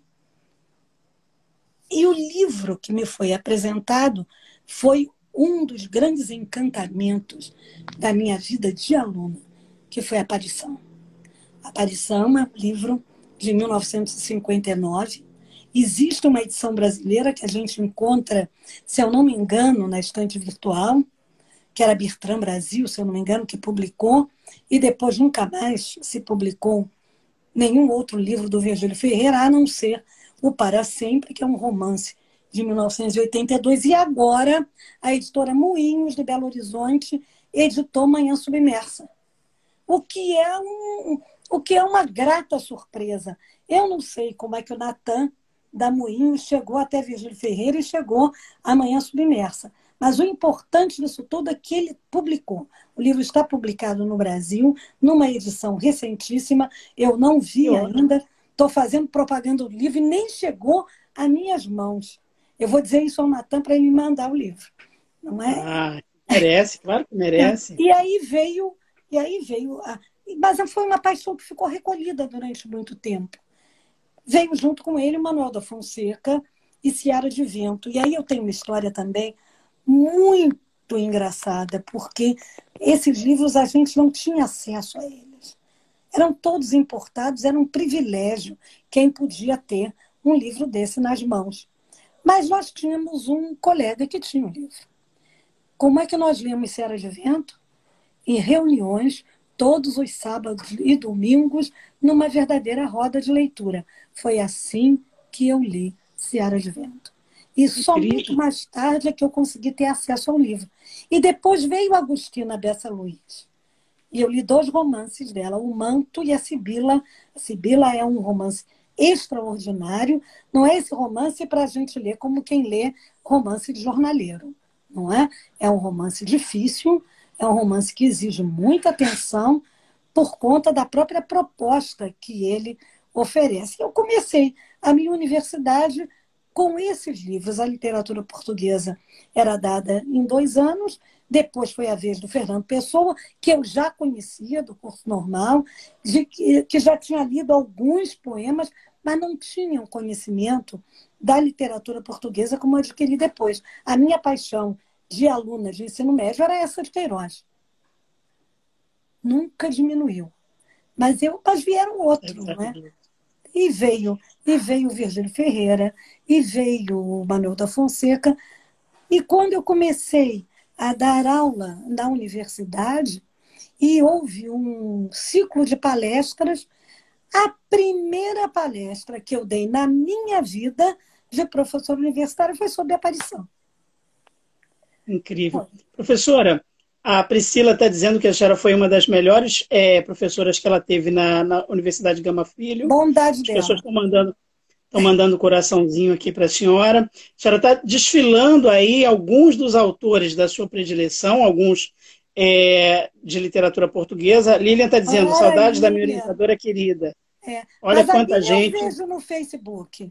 E o livro que me foi apresentado foi um dos grandes encantamentos da minha vida de aluna, que foi a Aparição. A Aparição é um livro de mil novecentos e cinquenta e nove. Existe uma edição brasileira que a gente encontra, se eu não me engano, na estante virtual, que era Bertrand Brasil, se eu não me engano, que publicou, e depois nunca mais se publicou nenhum outro livro do Virgílio Ferreira, a não ser o Para Sempre, que é um romance de mil novecentos e oitenta e dois, e agora a editora Moinhos, de Belo Horizonte, editou Manhã Submersa, o que é, um, o que é uma grata surpresa. Eu não sei como é que o Natan da Moinhos chegou até Virgílio Ferreira e chegou a Manhã Submersa. Mas o importante disso tudo é que ele publicou. O livro está publicado no Brasil, numa edição recentíssima. Eu não vi ainda, estou fazendo propaganda do livro e nem chegou às minhas mãos. Eu vou dizer isso ao Natan para ele me mandar o livro. Não é? Ah, merece, claro que merece. E aí veio, e aí veio a... Mas foi uma paixão que ficou recolhida durante muito tempo. Veio junto com ele Manuel da Fonseca e Seara de Vento. E aí eu tenho uma história também muito engraçada, porque esses livros a gente não tinha acesso a eles. Eram todos importados, era um privilégio quem podia ter um livro desse nas mãos. Mas nós tínhamos um colega que tinha um livro. Como é que nós líamos Seara de Vento? Em reuniões, todos os sábados e domingos, numa verdadeira roda de leitura. Foi assim que eu li Seara de Vento. E só muito mais tarde é que eu consegui ter acesso ao livro. E depois veio a Agostina Bessa Luiz. E eu li dois romances dela, O Manto e a Sibila. A Sibila é um romance extraordinário. Não é esse romance para a gente ler como quem lê romance de jornaleiro. Não é? É um romance difícil, é um romance que exige muita atenção por conta da própria proposta que ele oferece. Eu comecei a minha universidade com esses livros, a literatura portuguesa era dada em dois anos, depois foi a vez do Fernando Pessoa, que eu já conhecia do curso normal, de que, que já tinha lido alguns poemas, mas não tinha um conhecimento da literatura portuguesa como eu adquiri depois. A minha paixão de aluna de ensino médio era essa de Queiroz. Nunca diminuiu. Mas, eu, mas vieram outros, né? E veio, e veio o Virgílio Ferreira, e veio o Manuel da Fonseca. E quando eu comecei a dar aula na universidade, e houve um ciclo de palestras, a primeira palestra que eu dei na minha vida de professor universitário foi sobre aparição. Incrível. Foi. Professora, a Priscila está dizendo que a senhora foi uma das melhores é, professoras que ela teve na, na Universidade Gama Filho. Bondade As dela. pessoas estão mandando, estão mandando um coraçãozinho aqui para a senhora. A senhora está desfilando aí alguns dos autores da sua predileção, alguns é, de literatura portuguesa. Lilian está dizendo, Olha, saudades Lilian. Da minha orientadora querida. É. Olha Mas quanta a gente. eu vejo no Facebook.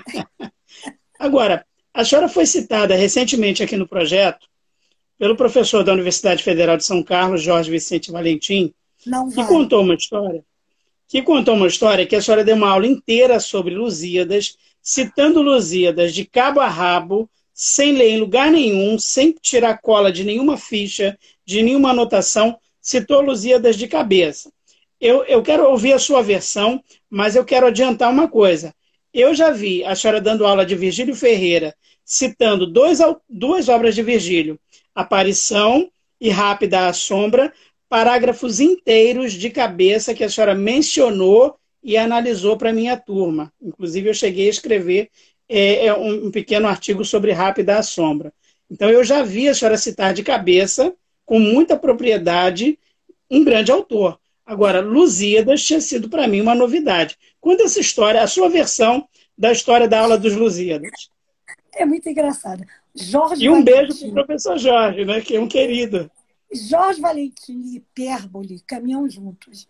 Agora, a senhora foi citada recentemente aqui no projeto pelo professor da Universidade Federal de São Carlos, Jorge Vicente Valentim, Não que vai. contou uma história, que contou uma história que a senhora deu uma aula inteira sobre Lusíadas, citando Lusíadas de cabo a rabo, sem ler em lugar nenhum, sem tirar cola de nenhuma ficha, de nenhuma anotação, citou Lusíadas de cabeça. Eu, eu quero ouvir a sua versão, mas eu quero adiantar uma coisa. Eu já vi a senhora dando aula de Virgílio Ferreira, citando dois, duas obras de Virgílio, Aparição e Rápida à Sombra, parágrafos inteiros de cabeça que a senhora mencionou e analisou para a minha turma. Inclusive, eu cheguei a escrever é, um, um pequeno artigo sobre Rápida à Sombra. Então, eu já vi a senhora citar de cabeça, com muita propriedade, um grande autor. Agora, Lusíadas tinha sido para mim uma novidade. Conta essa história, a sua versão da história da aula dos Lusíadas. É muito engraçado. Jorge e um Valentim, beijo para o professor Jorge, né, que é um querido. Jorge Valentim e Hipérbole caminham juntos.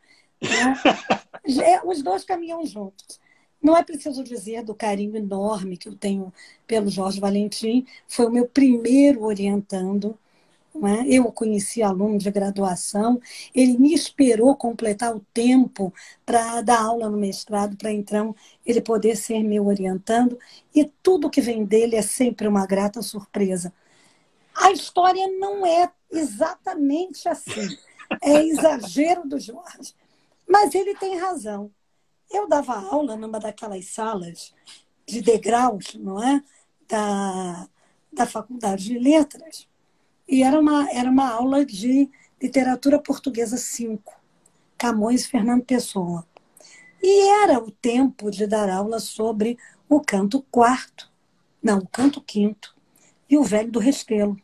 Né? Os dois caminham juntos. Não é preciso dizer do carinho enorme que eu tenho pelo Jorge Valentim. Foi o meu primeiro orientando. Né? Eu o conheci aluno de graduação, ele me esperou completar o tempo para dar aula no mestrado, para então ele poder ser meu orientando, e tudo que vem dele é sempre uma grata surpresa. A história não é exatamente assim, é exagero do Jorge, mas ele tem razão. Eu dava aula numa daquelas salas de degraus, não é? da, da Faculdade de Letras. E era uma, era uma aula de literatura portuguesa cinco, Camões e Fernando Pessoa. E era o tempo de dar aula sobre o canto quarto, não, o canto quinto, e o Velho do Restelo.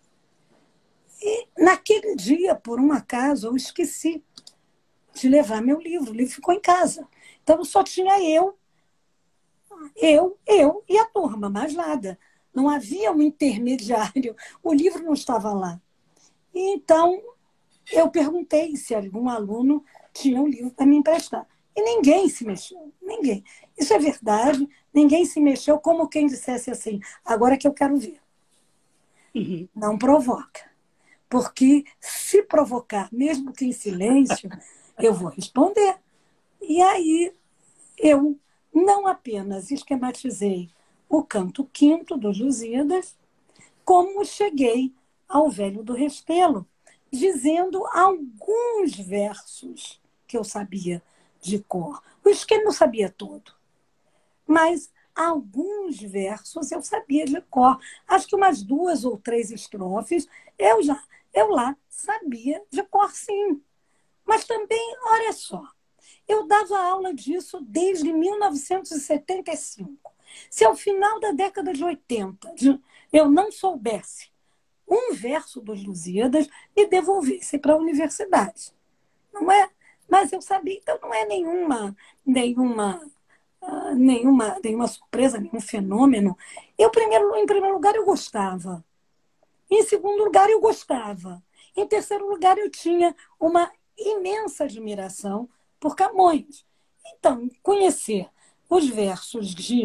E naquele dia, por um acaso, eu esqueci de levar meu livro. O livro ficou em casa. Então só tinha eu, eu, eu e a turma, mais nada. Não havia um intermediário, o livro não estava lá. E então, eu perguntei se algum aluno tinha um livro para me emprestar. E ninguém se mexeu, ninguém. Isso é verdade, ninguém se mexeu, como quem dissesse assim, agora que eu quero ver. Uhum. Não provoca. Porque se provocar, mesmo que em silêncio, eu vou responder. E aí, eu não apenas esquematizei o canto quinto dos Lusíadas, como cheguei ao Velho do Restelo, dizendo alguns versos que eu sabia de cor. O esquema eu sabia todo, mas alguns versos eu sabia de cor. Acho que umas duas ou três estrofes eu já, eu lá sabia de cor, sim. Mas também, olha só, eu dava aula disso desde mil novecentos e setenta e cinco. Se ao final da década de oitenta eu não soubesse um verso dos Lusíadas, me devolvesse para a universidade. Não é? Mas eu sabia, então não é nenhuma, nenhuma, uh, nenhuma, nenhuma surpresa, nenhum fenômeno. Eu, primeiro, em primeiro lugar, eu gostava. Em segundo lugar, eu gostava. Em terceiro lugar, eu tinha uma imensa admiração por Camões. Então, conhecer os versos de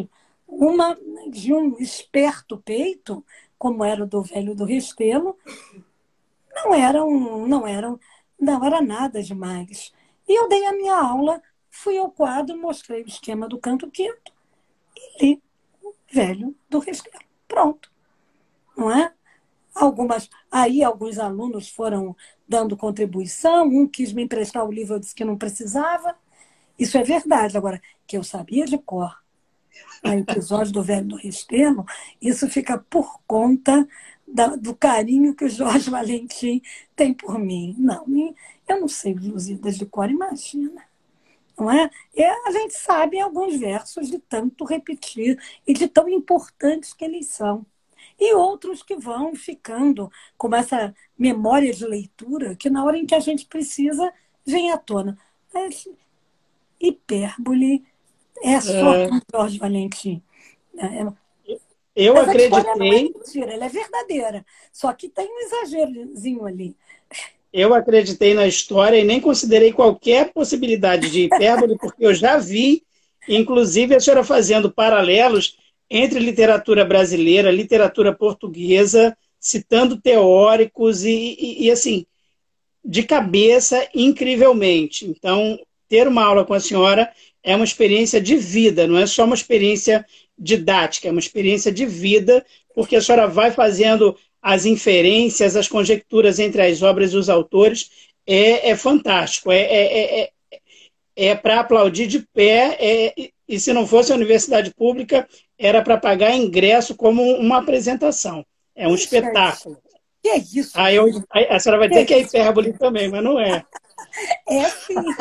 uma de um esperto peito, como era o do velho do Restelo, não eram, não eram, não era nada demais. E eu dei a minha aula, fui ao quadro, mostrei o esquema do canto quinto e li o velho do Restelo. Pronto, não é? Algumas, aí alguns alunos foram dando contribuição, um quis me emprestar o livro, eu disse que não precisava. Isso é verdade. Agora, que eu sabia de cor o episódio do Velho do Restelo, isso fica por conta da, do carinho que o Jorge Valentim tem por mim. Não, eu não sei os Lusíadas de cor, imagina. Não é? E a gente sabe alguns versos de tanto repetir e de tão importantes que eles são. E outros que vão ficando com essa memória de leitura que na hora em que a gente precisa vem à tona. Mas, hipérbole é só É, com Jorge Valentim. É, eu mas a história não é acreditei, mentira, ela é verdadeira. Só que tem um exagerozinho ali. eu acreditei na história e nem considerei qualquer possibilidade de hipérbole, porque eu já vi, inclusive, a senhora fazendo paralelos entre literatura brasileira, literatura portuguesa, citando teóricos e, e, e assim, de cabeça, incrivelmente. Então, ter uma aula com a senhora é uma experiência de vida, não é só uma experiência didática, é uma experiência de vida, porque a senhora vai fazendo as inferências, as conjecturas entre as obras e os autores, é, é fantástico, é, é, é, é para aplaudir de pé, é, e se não fosse a universidade pública, era para pagar ingresso como uma apresentação. É um Ixi, espetáculo. que é isso, Aí eu, filho? aí a senhora vai Que é dizer que é isso? hipérbole também, mas não é. É sim.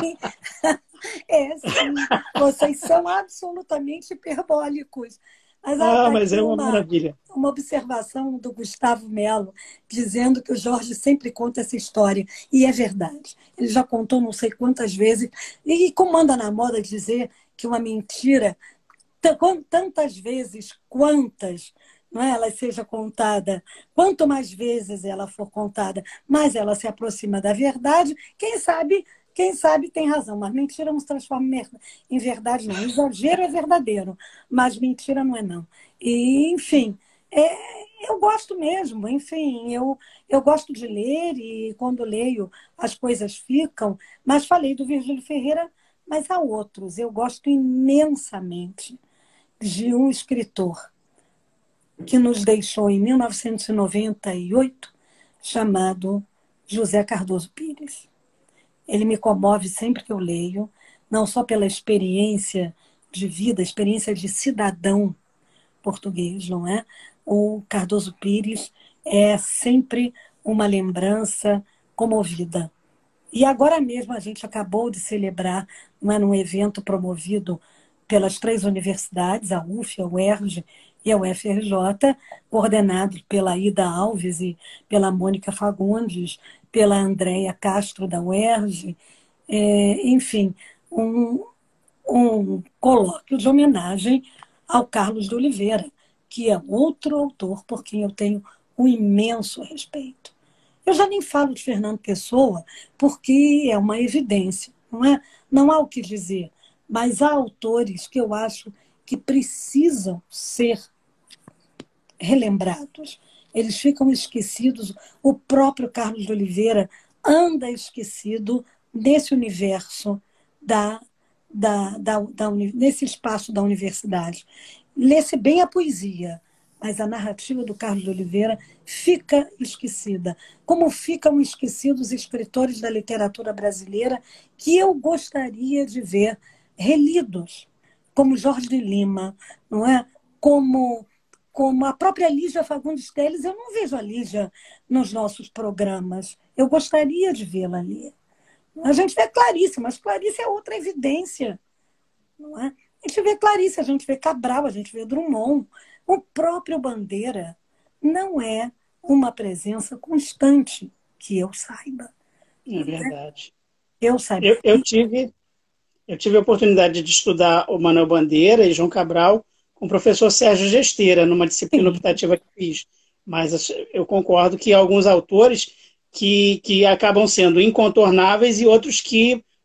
É sim. Vocês são absolutamente hiperbólicos. Mas Ah, está mas aqui é uma uma, maravilha. uma observação do Gustavo Melo, dizendo que o Jorge sempre conta essa história. E é verdade. Ele já contou não sei quantas vezes. E como anda na moda dizer que uma mentira, tantas vezes quantas, não é, ela seja contada, quanto mais vezes ela for contada, mais ela se aproxima da verdade. Quem sabe, quem sabe tem razão, mas mentira não se transforma em verdade, não. Exagero é verdadeiro, mas mentira não é, não. E, enfim, é, eu gosto mesmo, enfim, eu, eu gosto de ler e quando leio as coisas ficam, mas falei do Virgílio Ferreira, mas há outros, eu gosto imensamente de um escritor que nos deixou em mil novecentos e noventa e oito, chamado José Cardoso Pires. Ele me comove sempre que eu leio, não só pela experiência de vida, experiência de cidadão português, não é? O Cardoso Pires é sempre uma lembrança comovida. E agora mesmo a gente acabou de celebrar, não é, num evento promovido pelas três universidades, a U F, a U E R J e a U F R J, coordenado pela Ida Alves e pela Mônica Fagundes, pela Andréia Castro da U E R J, é, enfim, um, um colóquio de homenagem ao Carlos de Oliveira, que é outro autor por quem eu tenho um imenso respeito. Eu já nem falo de Fernando Pessoa, porque é uma evidência, não é? Não há o que dizer. Mas há autores que eu acho que precisam ser relembrados. Eles ficam esquecidos. O próprio Carlos de Oliveira anda esquecido nesse universo, da, da, da, da, nesse espaço da universidade. Lê-se bem a poesia, mas a narrativa do Carlos de Oliveira fica esquecida. Como ficam esquecidos escritores da literatura brasileira que eu gostaria de ver relidos, como Jorge de Lima, não é? Como, como a própria Lígia Fagundes Telles. Eu não vejo a Lígia nos nossos programas. Eu gostaria de vê-la ali. A gente vê Clarice, mas Clarice é outra evidência, não é? A gente vê Clarice, a gente vê Cabral, a gente vê Drummond. O próprio Bandeira não é uma presença constante, que eu saiba. É verdade. Eu saiba. Eu, eu tive, eu tive a oportunidade de estudar o Manuel Bandeira e João Cabral com o professor Sérgio Gesteira, numa disciplina Sim, optativa que fiz. Mas eu concordo que há alguns autores que, que acabam sendo incontornáveis e outros que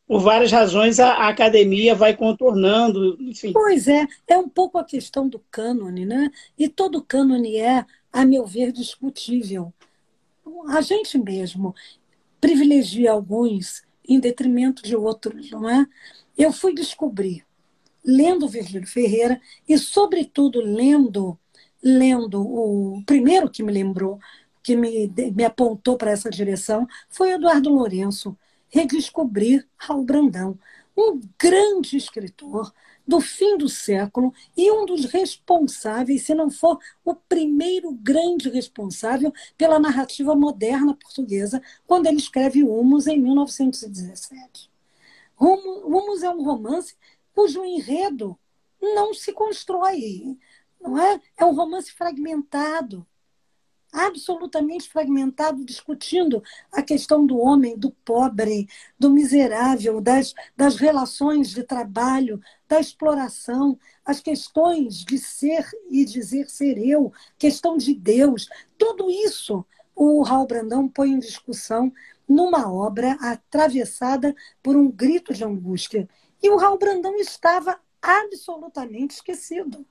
por várias razões, a, a academia vai contornando, enfim. Pois é, é um pouco a questão do cânone, né? E todo cânone é, a meu ver, discutível. A gente mesmo privilegia alguns em detrimento de outros, não é? Eu fui descobrir, lendo Virgílio Ferreira e, sobretudo, lendo, lendo o primeiro que me lembrou, que me, me apontou para essa direção, foi Eduardo Lourenço, redescobrir Raul Brandão, um grande escritor do fim do século e um dos responsáveis, se não for o primeiro grande responsável pela narrativa moderna portuguesa, quando ele escreve Humus em mil novecentos e dezessete. Humus é um romance cujo enredo não se constrói, não é? É um romance fragmentado, absolutamente fragmentado, discutindo a questão do homem, do pobre, do miserável, das, das relações de trabalho, da exploração, as questões de ser e dizer ser eu, questão de Deus, tudo isso o Raul Brandão põe em discussão numa obra atravessada por um grito de angústia. E o Raul Brandão estava absolutamente esquecido.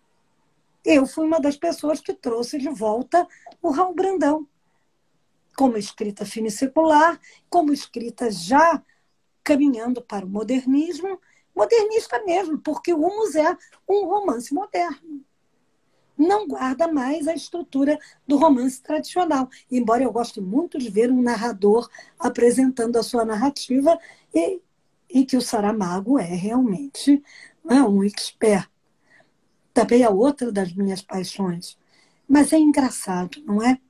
Eu fui uma das pessoas que trouxe de volta o Raul Brandão, como escrita fina e secular, como escrita já caminhando para o modernismo, modernista mesmo, porque o Humus é um romance moderno. Não guarda mais a estrutura do romance tradicional, embora eu goste muito de ver um narrador apresentando a sua narrativa e, e que o Saramago é realmente é, um expert. Também é outra das minhas paixões. Mas é engraçado, não é?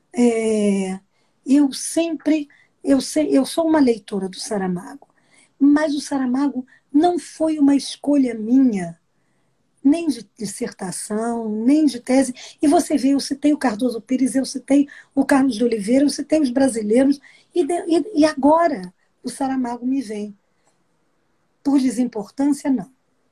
é eu sempre, eu, sei, eu sou uma leitora do Saramago, mas o Saramago não foi uma escolha minha, nem de dissertação, nem de tese. E você vê, eu citei o Cardoso Pires, eu citei o Carlos de Oliveira, eu citei os brasileiros, e, de, e, e agora o Saramago me vem. Por desimportância, não.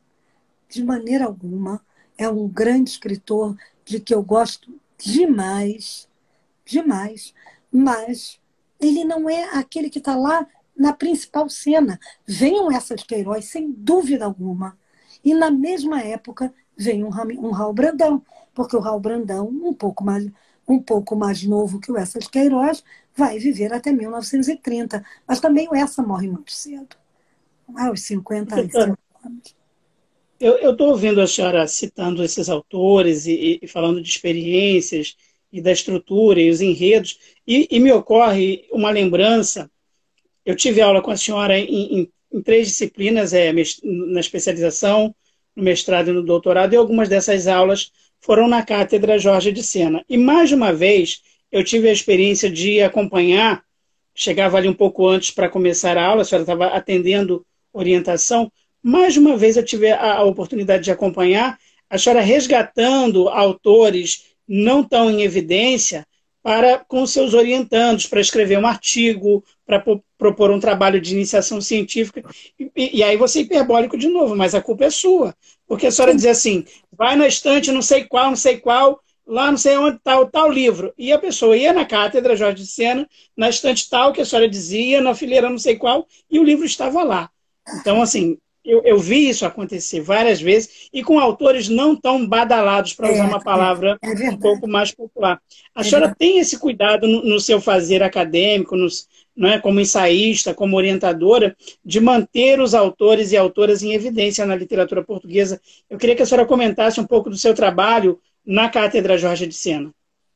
De maneira alguma. É um grande escritor de que eu gosto demais, demais, mas ele não é aquele que está lá na principal cena. Venham essas Queiroz, sem dúvida alguma. E na mesma época vem um, um Raul Brandão, porque o Raul Brandão, um pouco mais, um pouco mais novo que o Essas Queiroz, vai viver até mil novecentos e trinta. Mas também o Essa morre muito cedo, aos cinquenta e cinco anos. Eu estou ouvindo a senhora citando esses autores e, e falando de experiências e da estrutura e os enredos, e, e me ocorre uma lembrança. Eu tive aula com a senhora em, em, em três disciplinas, é, na especialização, no mestrado e no doutorado, e algumas dessas aulas foram na Cátedra Jorge de Sena. E mais de uma vez eu tive a experiência de acompanhar, chegava ali um pouco antes para começar a aula, a senhora estava atendendo orientação. Mais uma vez eu tive a, a oportunidade de acompanhar a senhora resgatando autores não tão em evidência para com seus orientandos, para escrever um artigo, para propor um trabalho de iniciação científica. E, e aí você é hiperbólico de novo, mas a culpa é sua. Porque a senhora dizia assim, vai na estante não sei qual, não sei qual, lá não sei onde está o tal livro. E a pessoa ia na Cátedra Jorge de Sena, na estante tal que a senhora dizia, na fileira não sei qual, e o livro estava lá. Então, assim, Eu, eu vi isso acontecer várias vezes e com autores não tão badalados, para usar É, uma palavra é, é um pouco mais popular. A é senhora verdade. tem esse cuidado no, no seu fazer acadêmico, nos, não é, como ensaísta, como orientadora, de manter os autores e autoras em evidência na literatura portuguesa. Eu queria que a senhora comentasse um pouco do seu trabalho na Cátedra Jorge de Sena.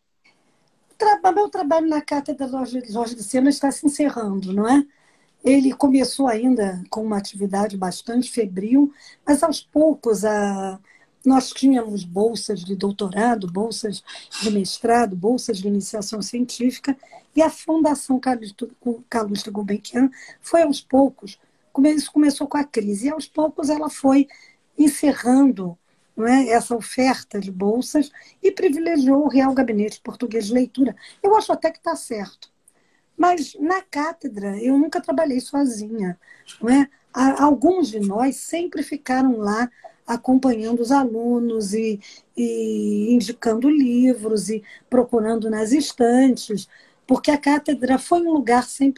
O meu trabalho na Cátedra Jorge, Jorge de Sena está se encerrando, não é? Ele começou ainda com uma atividade bastante febril, mas aos poucos a... nós tínhamos bolsas de doutorado, bolsas de mestrado, bolsas de iniciação científica, e a Fundação Calouste Gulbenkian foi aos poucos, isso começou com a crise, e aos poucos ela foi encerrando, não é, essa oferta de bolsas e privilegiou o Real Gabinete Português de Leitura. Eu acho até que está certo. Mas na cátedra eu nunca trabalhei sozinha, não é? Alguns de nós sempre ficaram lá acompanhando os alunos e, e indicando livros e procurando nas estantes, porque a cátedra foi um lugar sempre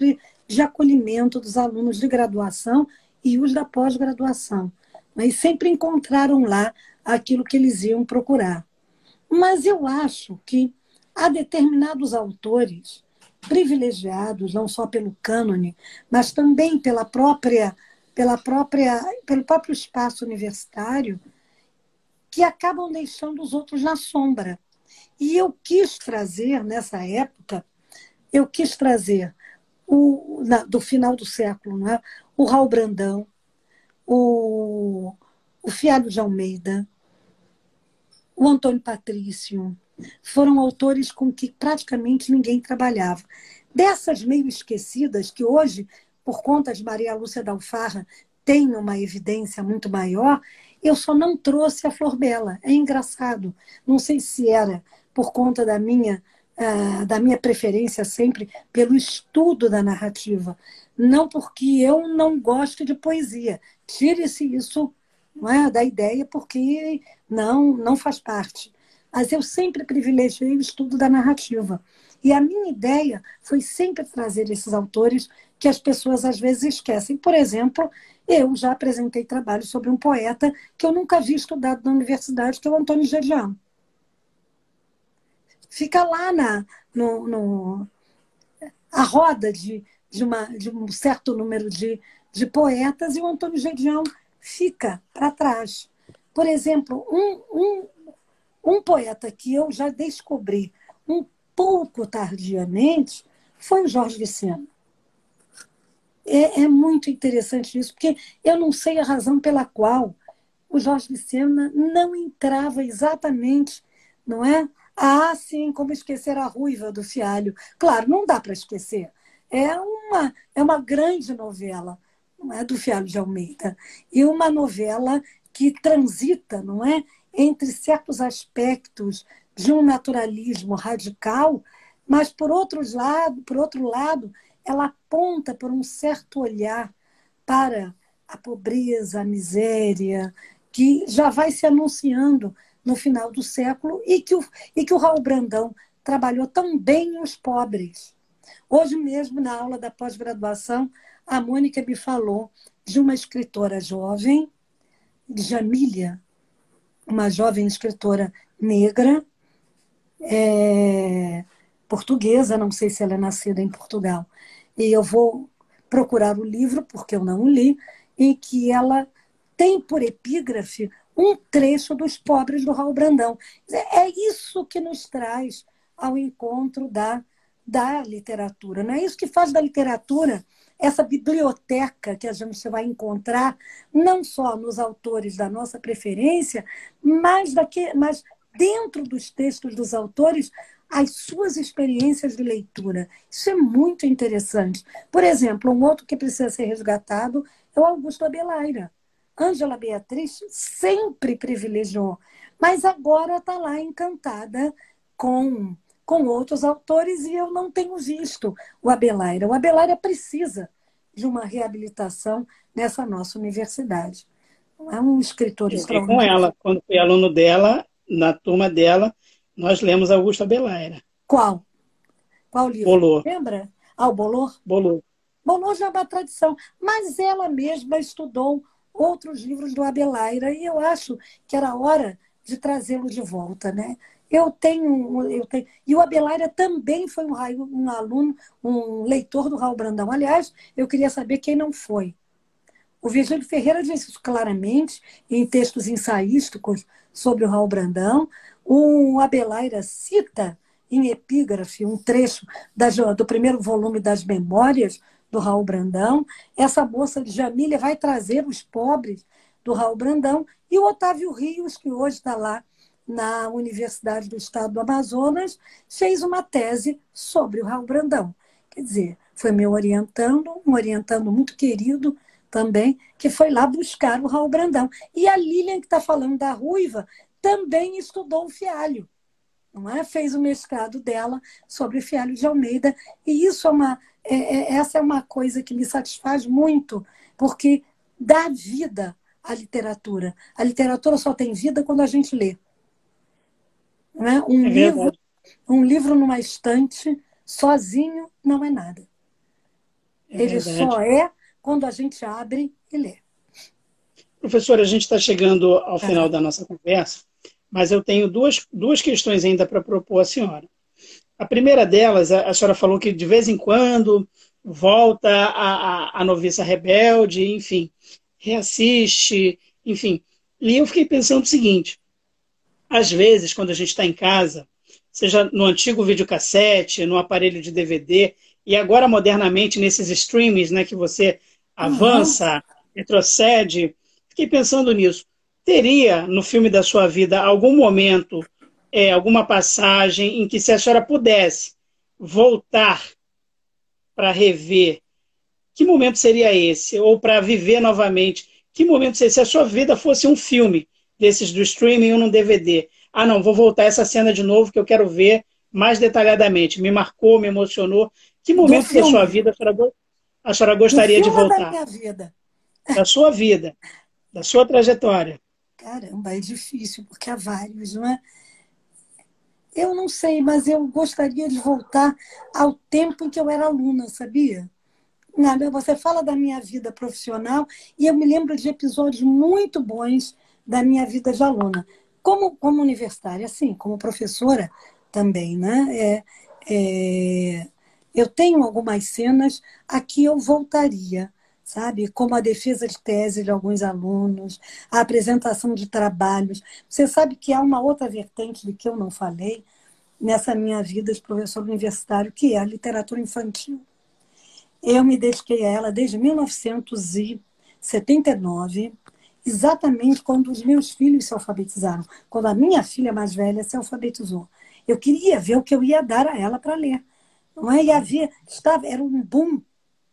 de acolhimento dos alunos de graduação e os da pós-graduação. Mas sempre encontraram lá aquilo que eles iam procurar. Mas eu acho que há determinados autores privilegiados, não só pelo cânone, mas também pela própria, pela própria, pelo próprio espaço universitário, que acabam deixando os outros na sombra. E eu quis trazer, nessa época, eu quis trazer o, na, do final do século, né? O Raul Brandão, o, o Fialho de Almeida, o Antônio Patrício. Foram autores com que praticamente ninguém trabalhava. Dessas meio esquecidas, que hoje, por conta de Maria Lúcia da Alfarra, tem uma evidência muito maior, eu só não trouxe a Flor Bela. É engraçado. Não sei se era por conta da minha, uh, da minha preferência sempre pelo estudo da narrativa. Não porque eu não gosto de poesia. Tire-se isso, não é, da ideia, porque não, não faz parte. Mas eu sempre privilegiei o estudo da narrativa. E a minha ideia foi sempre trazer esses autores que as pessoas às vezes esquecem. Por exemplo, eu já apresentei trabalho sobre um poeta que eu nunca vi estudado na universidade, que é o Antônio Gediano. Fica lá na no, no, a roda de, de, uma, de um certo número de, de poetas e o Antônio Gediano fica para trás. Por exemplo, um, um, um poeta que eu já descobri um pouco tardiamente foi o Jorge Vicena. É, é muito interessante isso, porque eu não sei a razão pela qual o Jorge Vicena não entrava exatamente, não é? Ah, sim, como esquecer a Ruiva do Fialho. Claro, não dá para esquecer. É uma, é uma grande novela, não é, do Fialho de Almeida. E uma novela que transita, não é, entre certos aspectos de um naturalismo radical, mas, por outro lado, por outro lado, ela aponta por um certo olhar para a pobreza, a miséria, que já vai se anunciando no final do século e que o, e que o Raul Brandão trabalhou tão bem os pobres. Hoje mesmo, na aula da pós-graduação, a Mônica me falou de uma escritora jovem, Jamília, uma jovem escritora negra, é, portuguesa, não sei se ela é nascida em Portugal. E eu vou procurar o livro, porque eu não o li, em que ela tem por epígrafe um trecho dos pobres do Raul Brandão. É isso que nos traz ao encontro da, da literatura. Não é isso que faz da literatura essa biblioteca que a gente vai encontrar não só nos autores da nossa preferência, mas, daqui, mas dentro dos textos dos autores, as suas experiências de leitura. Isso é muito interessante. Por exemplo, um outro que precisa ser resgatado é o Augusto Abelaira. Ângela Beatriz sempre privilegiou, mas agora está lá encantada com, com outros autores e eu não tenho visto o Abelaira. O Abelaira precisa de uma reabilitação nessa nossa universidade. É um escritor Eu vi com extraordinário. ela, quando fui aluno dela, na turma dela, nós lemos Augusto Abelaira. Qual? Qual livro? Bolor. Lembra? Ah, o Bolor? Bolor. Bolor já é uma tradição, mas ela mesma estudou outros livros do Abelaira e eu acho que era hora de trazê-lo de volta, né? Eu tenho, eu tenho, e o Abelaira também foi um, um aluno, um leitor do Raul Brandão. Aliás, eu queria saber quem não foi. O Virgílio Ferreira diz isso claramente em textos ensaísticos sobre o Raul Brandão. O Abelaira cita em epígrafe um trecho da, do primeiro volume das Memórias do Raul Brandão. Essa moça de Jamília vai trazer os pobres do Raul Brandão e o Otávio Rios, que hoje está lá na Universidade do Estado do Amazonas, fez uma tese sobre o Raul Brandão. Quer dizer, foi meu orientando, um orientando muito querido também, que foi lá buscar o Raul Brandão. E a Lilian, que está falando da Ruiva, também estudou o Fialho. Não é? Fez o mestrado dela sobre o Fialho de Almeida. E isso é uma, é, é, essa é uma coisa que me satisfaz muito, porque dá vida à literatura. A literatura só tem vida quando a gente lê. Não é? Um, É livro, um livro numa estante, sozinho, não é nada. É Ele só verdade. é quando a gente abre e lê. Professora, a gente está chegando ao final Tá. da nossa conversa, mas eu tenho duas, duas questões ainda para propor à senhora. A primeira delas, a, a senhora falou que de vez em quando volta a, a, a Noviça Rebelde, enfim, reassiste, enfim. E eu fiquei pensando o seguinte, às vezes, quando a gente está em casa, seja no antigo videocassete, no aparelho de D V D, e agora modernamente nesses streamings, né, que você Uhum. avança, retrocede, fiquei pensando nisso. Teria no filme da sua vida algum momento, é, alguma passagem em que, se a senhora pudesse voltar para rever, que momento seria esse? Ou para viver novamente, que momento seria? Se a sua vida fosse um filme desses do streaming ou num D V D. Ah, não, vou voltar essa cena de novo que eu quero ver mais detalhadamente. Me marcou, me emocionou. Que Do momento da sua filme. vida a senhora, a senhora Do gostaria de filme da voltar? minha vida. Da sua vida, da sua trajetória. Caramba, é difícil, porque há vários, não é? Eu não sei, mas eu gostaria de voltar ao tempo em que eu era aluna, sabia? Nada, você fala da minha vida profissional e eu me lembro de episódios muito bons da minha vida de aluna. Como, como universitária, sim, como professora também, né? É, é, eu tenho algumas cenas a que eu voltaria, sabe? Como a defesa de tese de alguns alunos, a apresentação de trabalhos. Você sabe que há uma outra vertente de que eu não falei nessa minha vida de professor universitário, que é a literatura infantil. Eu me dediquei a ela desde mil novecentos e setenta e nove, exatamente quando os meus filhos se alfabetizaram, quando a minha filha mais velha se alfabetizou. Eu queria ver o que eu ia dar a ela para ler. Não é? E havia, estava, era um boom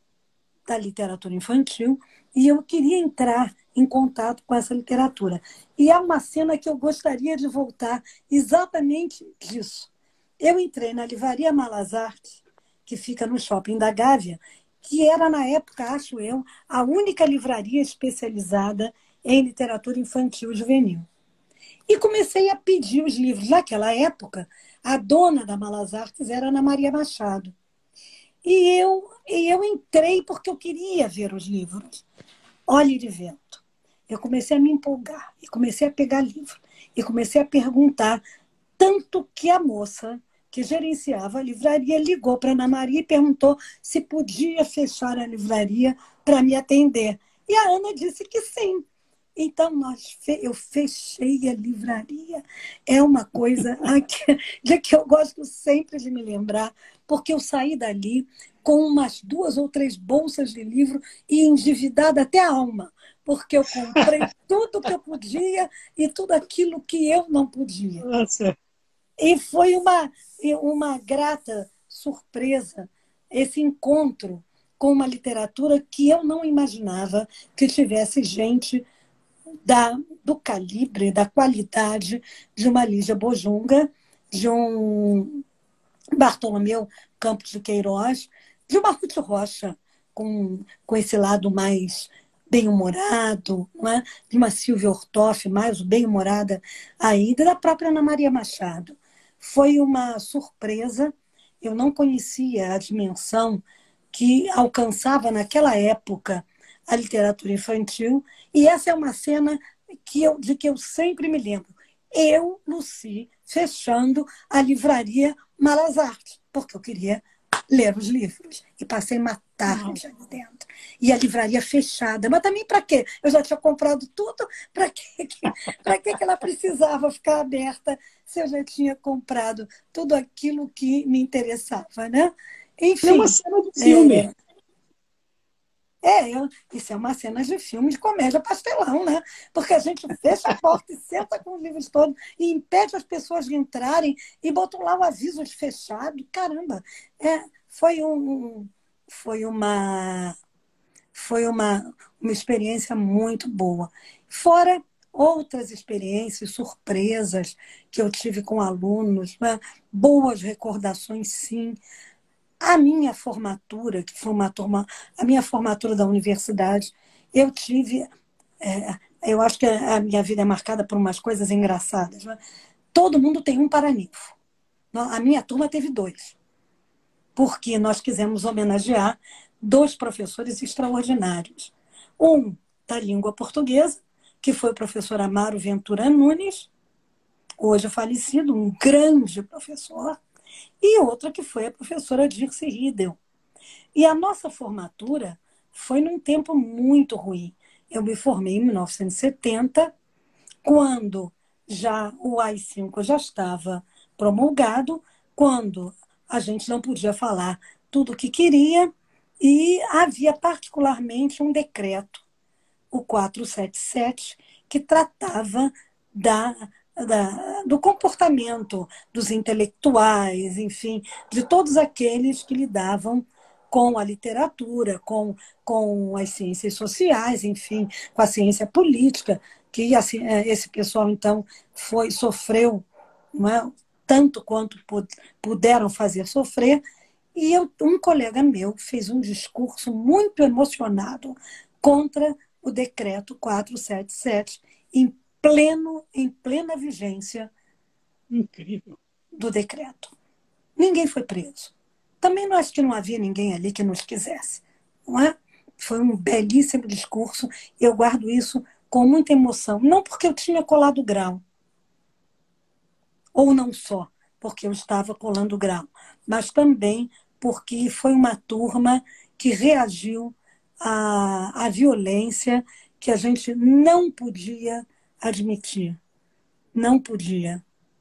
da literatura infantil e eu queria entrar em contato com essa literatura. E é uma cena que eu gostaria de voltar exatamente disso. Eu entrei na Livraria Malas Artes, que fica no shopping da Gávea, que era, na época, acho eu, a única livraria especializada em literatura infantil e juvenil. E comecei a pedir os livros. Naquela época, a dona da Malas Artes era Ana Maria Machado. E eu, e eu entrei porque eu queria ver os livros. Olhe de Vento. Eu comecei a me empolgar, e comecei a pegar livro, e comecei a perguntar, tanto que a moça que gerenciava a livraria ligou para a Ana Maria e perguntou se podia fechar a livraria para me atender. E a Ana disse que sim. Então, nós, eu fechei a livraria. É uma coisa de que eu gosto sempre de me lembrar, porque eu saí dali com umas duas ou três bolsas de livro e endividada até a alma, porque eu comprei tudo que eu podia e tudo aquilo que eu não podia. Nossa. E foi uma, uma grata surpresa esse encontro com uma literatura que eu não imaginava que tivesse gente da, do calibre, da qualidade de uma Lígia Bojunga, de um Bartolomeu Campos de Queiroz, de uma Ruth Rocha, com, com esse lado mais bem-humorado, não é? De uma Silvia Ortoff, mais bem-humorada ainda, da própria Ana Maria Machado. Foi uma surpresa, eu não conhecia a dimensão que alcançava naquela época a literatura infantil, e essa é uma cena que eu, de que eu sempre me lembro. Eu, Lucy, fechando a livraria Malas Artes, porque eu queria ler os livros. E passei uma tarde ali dentro. E a livraria fechada. Mas também para quê? Eu já tinha comprado tudo. Para que, para que ela precisava ficar aberta se eu já tinha comprado tudo aquilo que me interessava, né? É uma Enfim, cena de filme. é, é, eu, isso é uma cena de filme de comédia pastelão, né? Porque a gente fecha a porta e senta com os livros todos e impede as pessoas de entrarem e botam lá o aviso de fechado. Caramba, é, foi, um, foi, uma, foi uma, uma experiência muito boa. Fora outras experiências, surpresas que eu tive com alunos, né? Boas recordações, sim. A minha formatura, que foi uma turma, a minha formatura da universidade, eu tive, é, eu acho que a minha vida é marcada por umas coisas engraçadas, né? Todo mundo tem um paraninfo. A minha turma teve dois, porque nós quisemos homenagear dois professores extraordinários. Um da língua portuguesa, que foi o professor Amaro Ventura Nunes, hoje falecido, um grande professor, e outra que foi a professora Dirce Riedel. E a nossa formatura foi num tempo muito ruim. Eu me formei em mil novecentos e setenta, quando já o A I cinco já estava promulgado, quando a gente não podia falar tudo o que queria, e havia particularmente um decreto, o quatrocentos e setenta e sete, que tratava da, da, do comportamento dos intelectuais, enfim, de todos aqueles que lidavam com a literatura, com, com as ciências sociais, enfim, com a ciência política, que assim, esse pessoal, então, foi, sofreu, não é? Tanto quanto puderam fazer sofrer. E eu, um colega meu fez um discurso muito emocionado contra o decreto quatrocentos e setenta e sete, em, pleno, em plena vigência Incrível. do decreto. Ninguém foi preso. Também não acho que não havia ninguém ali que nos quisesse. Não é? Foi um belíssimo discurso. Eu guardo isso com muita emoção. Não porque eu tinha colado grau, ou não só porque eu estava colando grau, mas também porque foi uma turma que reagiu à, à violência que a gente não podia admitir. Não podia.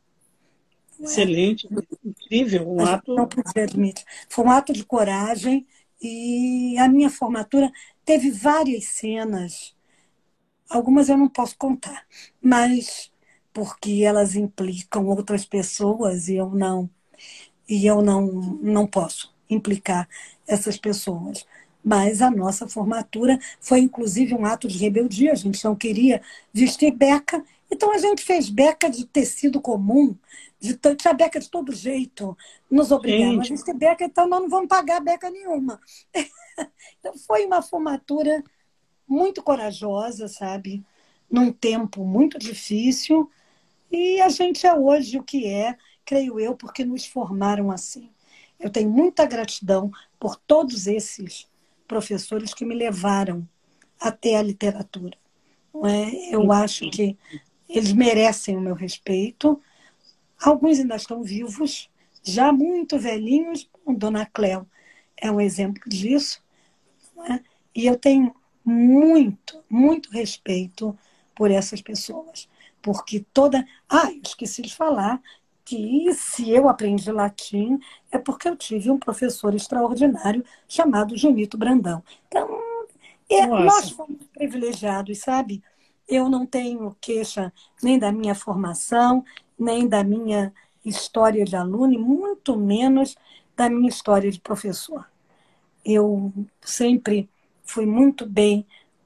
Excelente, incrível, um A gente não ato. podia admitir. Foi um ato de coragem e a minha formatura teve várias cenas. Algumas eu não posso contar, mas porque elas implicam outras pessoas e eu não e eu não, não posso implicar essas pessoas. Mas a nossa formatura foi, inclusive, um ato de rebeldia. A gente não queria vestir beca, então a gente fez beca de tecido comum, de, tinha beca de todo jeito. Nos obrigaram a Gente, vestir beca, então nós não vamos pagar beca nenhuma. Então foi uma formatura muito corajosa, sabe? Num tempo muito difícil. E a gente é hoje o que é, creio eu, porque nos formaram assim. Eu tenho muita gratidão por todos esses professores que me levaram até a literatura. Não é? Eu acho que eles merecem o meu respeito. Alguns ainda estão vivos, já muito velhinhos. O Dona Cléo é um exemplo disso. Não é? E eu tenho muito, muito respeito por essas pessoas. Porque toda... Ah, eu esqueci de falar que se eu aprendi latim é porque eu tive um professor extraordinário chamado Junito Brandão. Então, é, nós nossa, fomos privilegiados, sabe? Eu não tenho queixa nem da minha formação, nem da minha história de aluno, e muito menos da minha história de professor. Eu sempre fui muito bem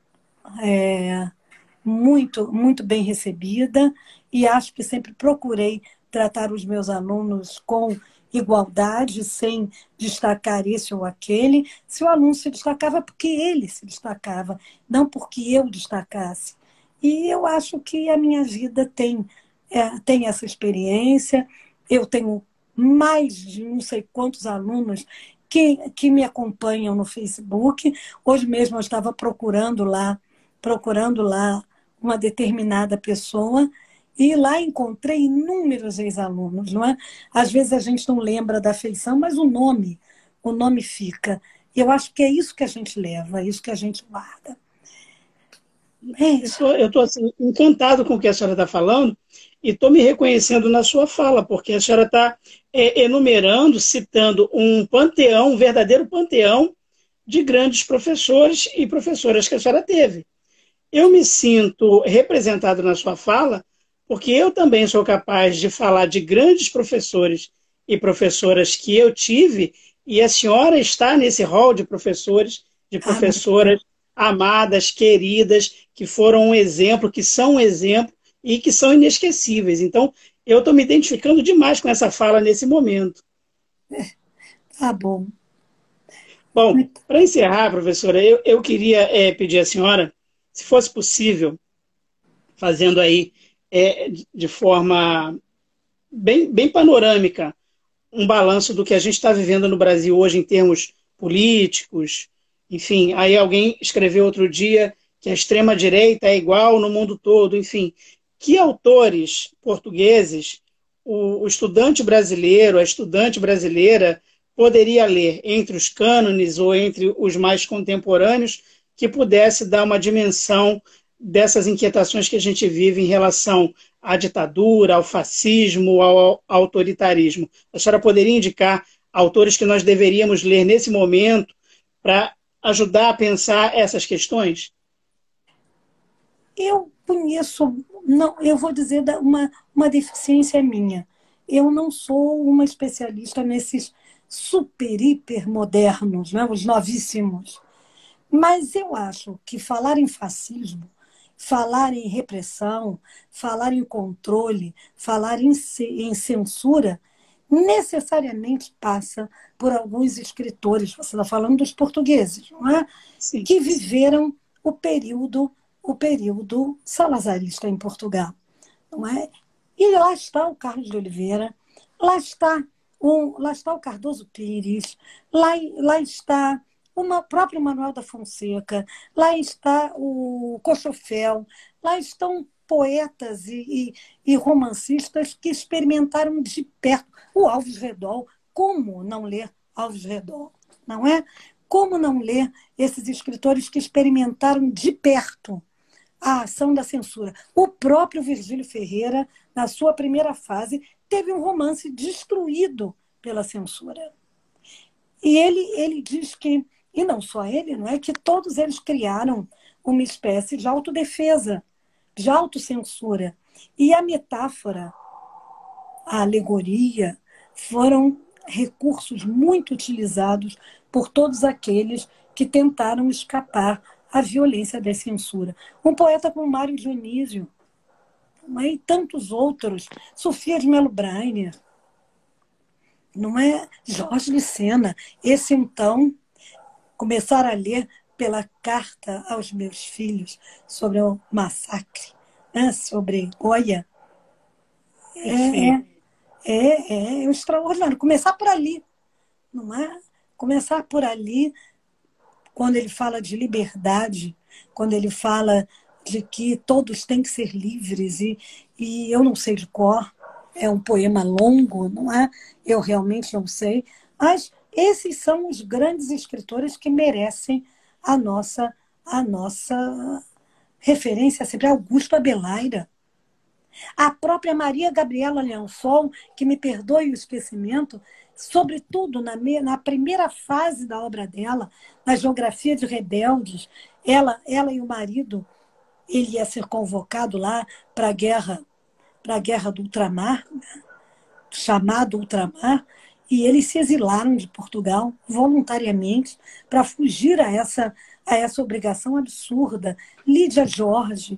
é, muito, muito bem recebida e acho que sempre procurei tratar os meus alunos com igualdade, sem destacar esse ou aquele. Se o aluno se destacava, é porque ele se destacava, não porque eu destacasse. E eu acho que a minha vida tem, é, tem essa experiência. Eu tenho mais de não sei quantos alunos que, que me acompanham no Facebook. Hoje mesmo eu estava procurando lá, procurando lá uma determinada pessoa e lá encontrei inúmeros ex-alunos, não é? Às vezes a gente não lembra da feição, mas o nome, o nome fica. E eu acho que é isso que a gente leva, é isso que a gente guarda. É isso. eu estou assim, encantado com o que a senhora está falando e estou me reconhecendo na sua fala, porque a senhora está é, enumerando, citando um panteão, um verdadeiro panteão de grandes professores e professoras que a senhora teve. Eu me sinto representado na sua fala, porque eu também sou capaz de falar de grandes professores e professoras que eu tive, e a senhora está nesse hall de professores, de Ah, muito bom. professoras amadas, queridas, que foram um exemplo, que são um exemplo e que são inesquecíveis. Então, eu estou me identificando demais com essa fala nesse momento. Tá bom. Bom, para encerrar, professora, eu, eu queria é, pedir à senhora, se fosse possível, fazendo aí é, de forma bem, bem panorâmica um balanço do que a gente está vivendo no Brasil hoje em termos políticos, Enfim, aí alguém escreveu outro dia que a extrema-direita é igual no mundo todo, enfim. Que autores portugueses o, o estudante brasileiro, a estudante brasileira, poderia ler entre os cânones ou entre os mais contemporâneos que pudesse dar uma dimensão dessas inquietações que a gente vive em relação à ditadura, ao fascismo, ao autoritarismo. A senhora poderia indicar autores que nós deveríamos ler nesse momento para ajudar a pensar essas questões? Eu conheço, não, eu vou dizer uma, uma deficiência minha. Eu não sou uma especialista nesses super, hiper modernos, né, os novíssimos. Mas eu acho que falar em fascismo, falar em repressão, falar em controle, falar em, em censura, necessariamente passa por alguns escritores, você está falando dos portugueses, não é? Sim. Que viveram o período, o período salazarista em Portugal. Não é? E lá está o Carlos de Oliveira, lá está o, lá está o Cardoso Pires, lá, lá está o próprio Manuel da Fonseca, lá está o Cochofel, lá estão poetas e, e, e romancistas que experimentaram de perto. O Alves Redol, como não ler Alves Redol, não é? Como não ler esses escritores que experimentaram de perto a ação da censura? O próprio Virgílio Ferreira, na sua primeira fase, teve um romance destruído pela censura. E ele, ele diz que, e não só ele, não é, que todos eles criaram uma espécie de autodefesa, de autocensura. E a metáfora, a alegoria, foram recursos muito utilizados por todos aqueles que tentaram escapar à violência da censura. Um poeta como Mário Dionísio, e tantos outros, Sofia de Mello Brainer, não é? Jorge Lucena. Esse, então, começar a ler pela carta aos meus filhos sobre o massacre, né? Sobre Goya, é, é, é, é extraordinário. Começar por ali, não é? Começar por ali, quando ele fala de liberdade, quando ele fala de que todos têm que ser livres, e, e eu não sei de cor, é um poema longo, não é? Eu realmente não sei, mas esses são os grandes escritores que merecem a nossa, a nossa referência sempre. Augusto Abelaira, a própria Maria Gabriela Leão-Sol, que me perdoe o esquecimento, sobretudo na, na primeira fase da obra dela, na Geografia de Rebeldes, ela, ela e o marido, ele ia ser convocado lá para a guerra, para a guerra do ultramar, né? Chamado ultramar, e eles se exilaram de Portugal voluntariamente para fugir a essa, a essa obrigação absurda. Lídia Jorge,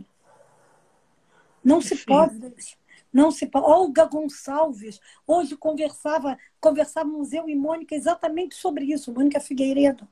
não se pode, não se pode. Olga Gonçalves, hoje conversava, conversávamos eu e Mônica exatamente sobre isso, Mônica Figueiredo.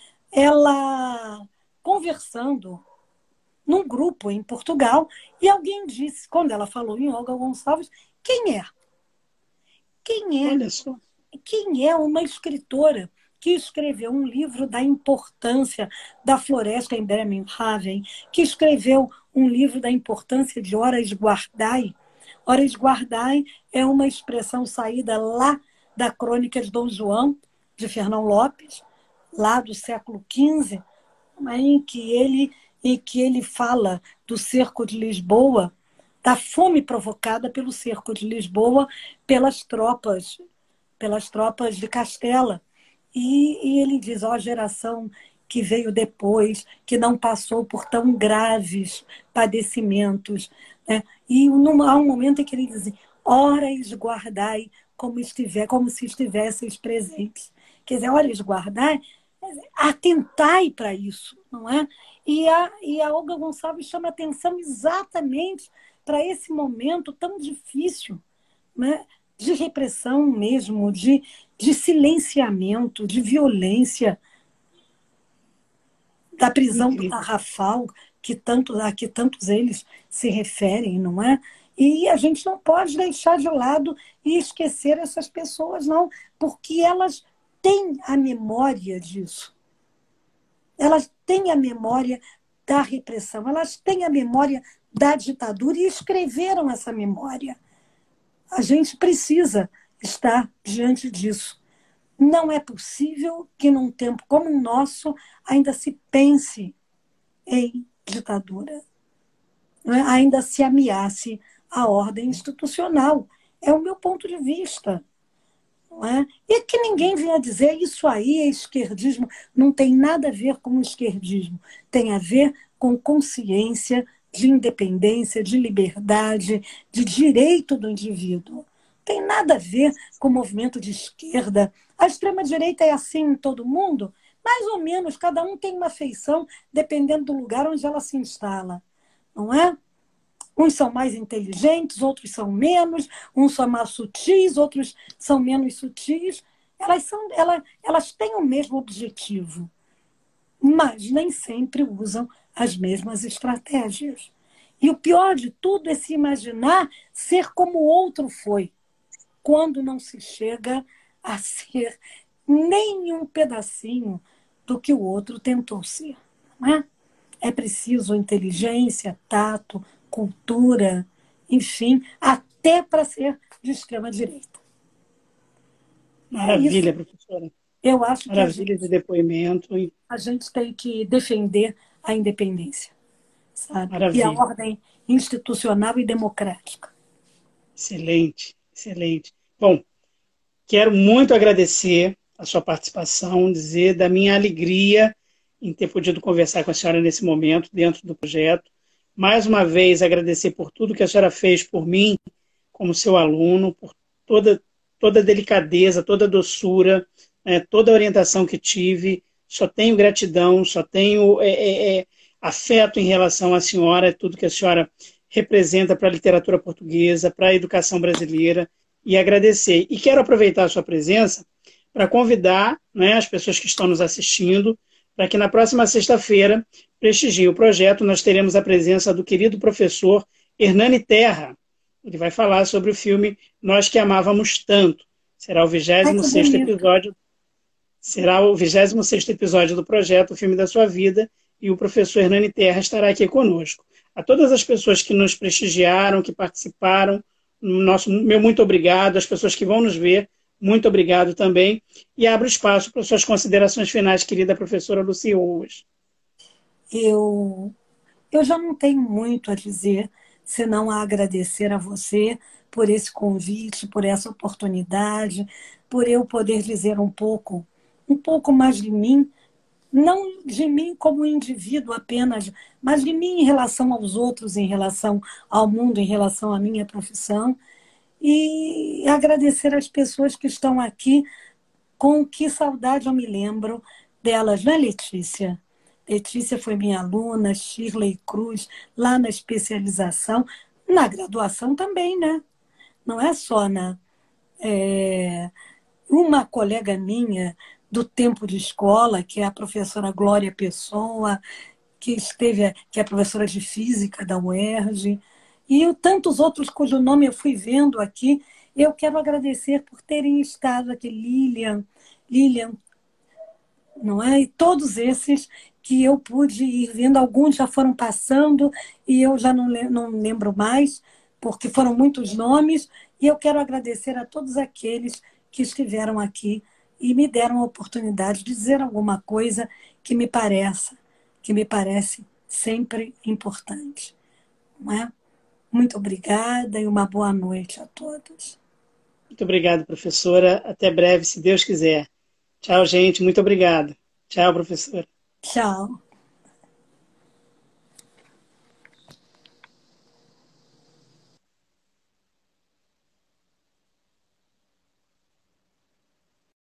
Ela conversando num grupo em Portugal, e alguém disse, quando ela falou em Olga Gonçalves, quem é? Quem é? Olha só. Quem é uma escritora que escreveu um livro da importância da floresta em Bremerhaven, que escreveu um livro da importância de Horas Guardai. Horas Guardai é uma expressão saída lá da Crônica de Dom João, de Fernão Lopes, lá do século quinze, em que ele, em que ele fala do cerco de Lisboa, da fome provocada pelo cerco de Lisboa pelas tropas, pelas tropas de Castela. E, e ele diz, ó, a geração que veio depois, que não passou por tão graves padecimentos, né? E num, há um momento em que ele diz, horas guardai como, estiver, como se estivesseis presentes. Quer dizer, horas guardai, atentai para isso, não é? E a, e a Olga Gonçalves chama atenção exatamente para esse momento tão difícil, né? De repressão mesmo, de, de silenciamento, de violência, da prisão do Tarrafal, que tanto, a que tantos eles se referem, não é? E a gente não pode deixar de lado e esquecer essas pessoas, não, porque elas têm a memória disso. elas têm a memória da repressão, elas têm a memória da ditadura e escreveram essa memória. A gente precisa estar diante disso. Não é possível que, num tempo como o nosso, ainda se pense em ditadura, não é? Ainda se ameace a ordem institucional. É o meu ponto de vista. Não é? E que ninguém venha dizer isso aí é esquerdismo. Não tem nada a ver com o esquerdismo. Tem a ver com consciência de independência, de liberdade, de direito do indivíduo. Tem nada a ver com o movimento de esquerda. A extrema-direita é assim em todo mundo? Mais ou menos, cada um tem uma feição dependendo do lugar onde ela se instala. Não é? Uns são mais inteligentes, outros são menos, uns são mais sutis, outros são menos sutis. Elas, são, elas, elas têm o mesmo objetivo, mas nem sempre usam as mesmas estratégias. E o pior de tudo é se imaginar ser como o outro foi, quando não se chega a ser nem um pedacinho do que o outro tentou ser. Não é? É preciso inteligência, tato, cultura, enfim, até para ser de extrema-direita. Maravilha, É isso. professora. Eu acho que a Maravilha de gente, depoimento. a gente tem que defender a independência, sabe? E a Maravilha. ordem institucional e democrática. Excelente, excelente. Bom, quero muito agradecer a sua participação, dizer da minha alegria em ter podido conversar com a senhora nesse momento, dentro do projeto. Mais uma vez, agradecer por tudo que a senhora fez por mim, como seu aluno, por toda, toda a delicadeza, toda a doçura, né, toda a orientação que tive. Só tenho gratidão, só tenho é, é, é, afeto em relação à senhora, tudo que a senhora representa para a literatura portuguesa, para a educação brasileira, e agradecer. E quero aproveitar a sua presença para convidar, né, as pessoas que estão nos assistindo para que na próxima sexta-feira prestigiem o projeto. Nós teremos a presença do querido professor Hernani Terra. Ele vai falar sobre o filme Nós que Amávamos Tanto. Será o Ai, vigésimo que sexto bonito. episódio, será o vigésimo sexto episódio do projeto, o filme da sua vida, e o professor Hernani Terra estará aqui conosco. A todas as pessoas que nos prestigiaram, que participaram, nosso, meu muito obrigado, as pessoas que vão nos ver, muito obrigado também, e abro espaço para suas considerações finais, querida professora Lucy Owens. Eu, eu já não tenho muito a dizer, senão a agradecer a você por esse convite, por essa oportunidade, por eu poder dizer um pouco, um pouco mais de mim, não de mim como indivíduo apenas, mas de mim em relação aos outros, em relação ao mundo, em relação à minha profissão. E agradecer às pessoas que estão aqui, com que saudade eu me lembro delas, né, Letícia? Letícia foi minha aluna, Shirley Cruz, lá na especialização, na graduação também, né? Não é só na. É, uma colega minha do tempo de escola, que é a professora Glória Pessoa, que esteve, que é professora de física da U E R J, e tantos outros cujo nome eu fui vendo aqui. Eu quero agradecer por terem estado aqui, Lilian, Lilian, não é? E todos esses que eu pude ir vendo, alguns já foram passando e eu já não, não lembro mais, porque foram muitos nomes, e eu quero agradecer a todos aqueles que estiveram aqui e me deram a oportunidade de dizer alguma coisa que me pareça, que me parece sempre importante. Não é? Muito obrigada e uma boa noite a todos. Muito obrigado, professora. Até breve, se Deus quiser. Tchau, gente. Muito obrigado. Tchau, professora. Tchau.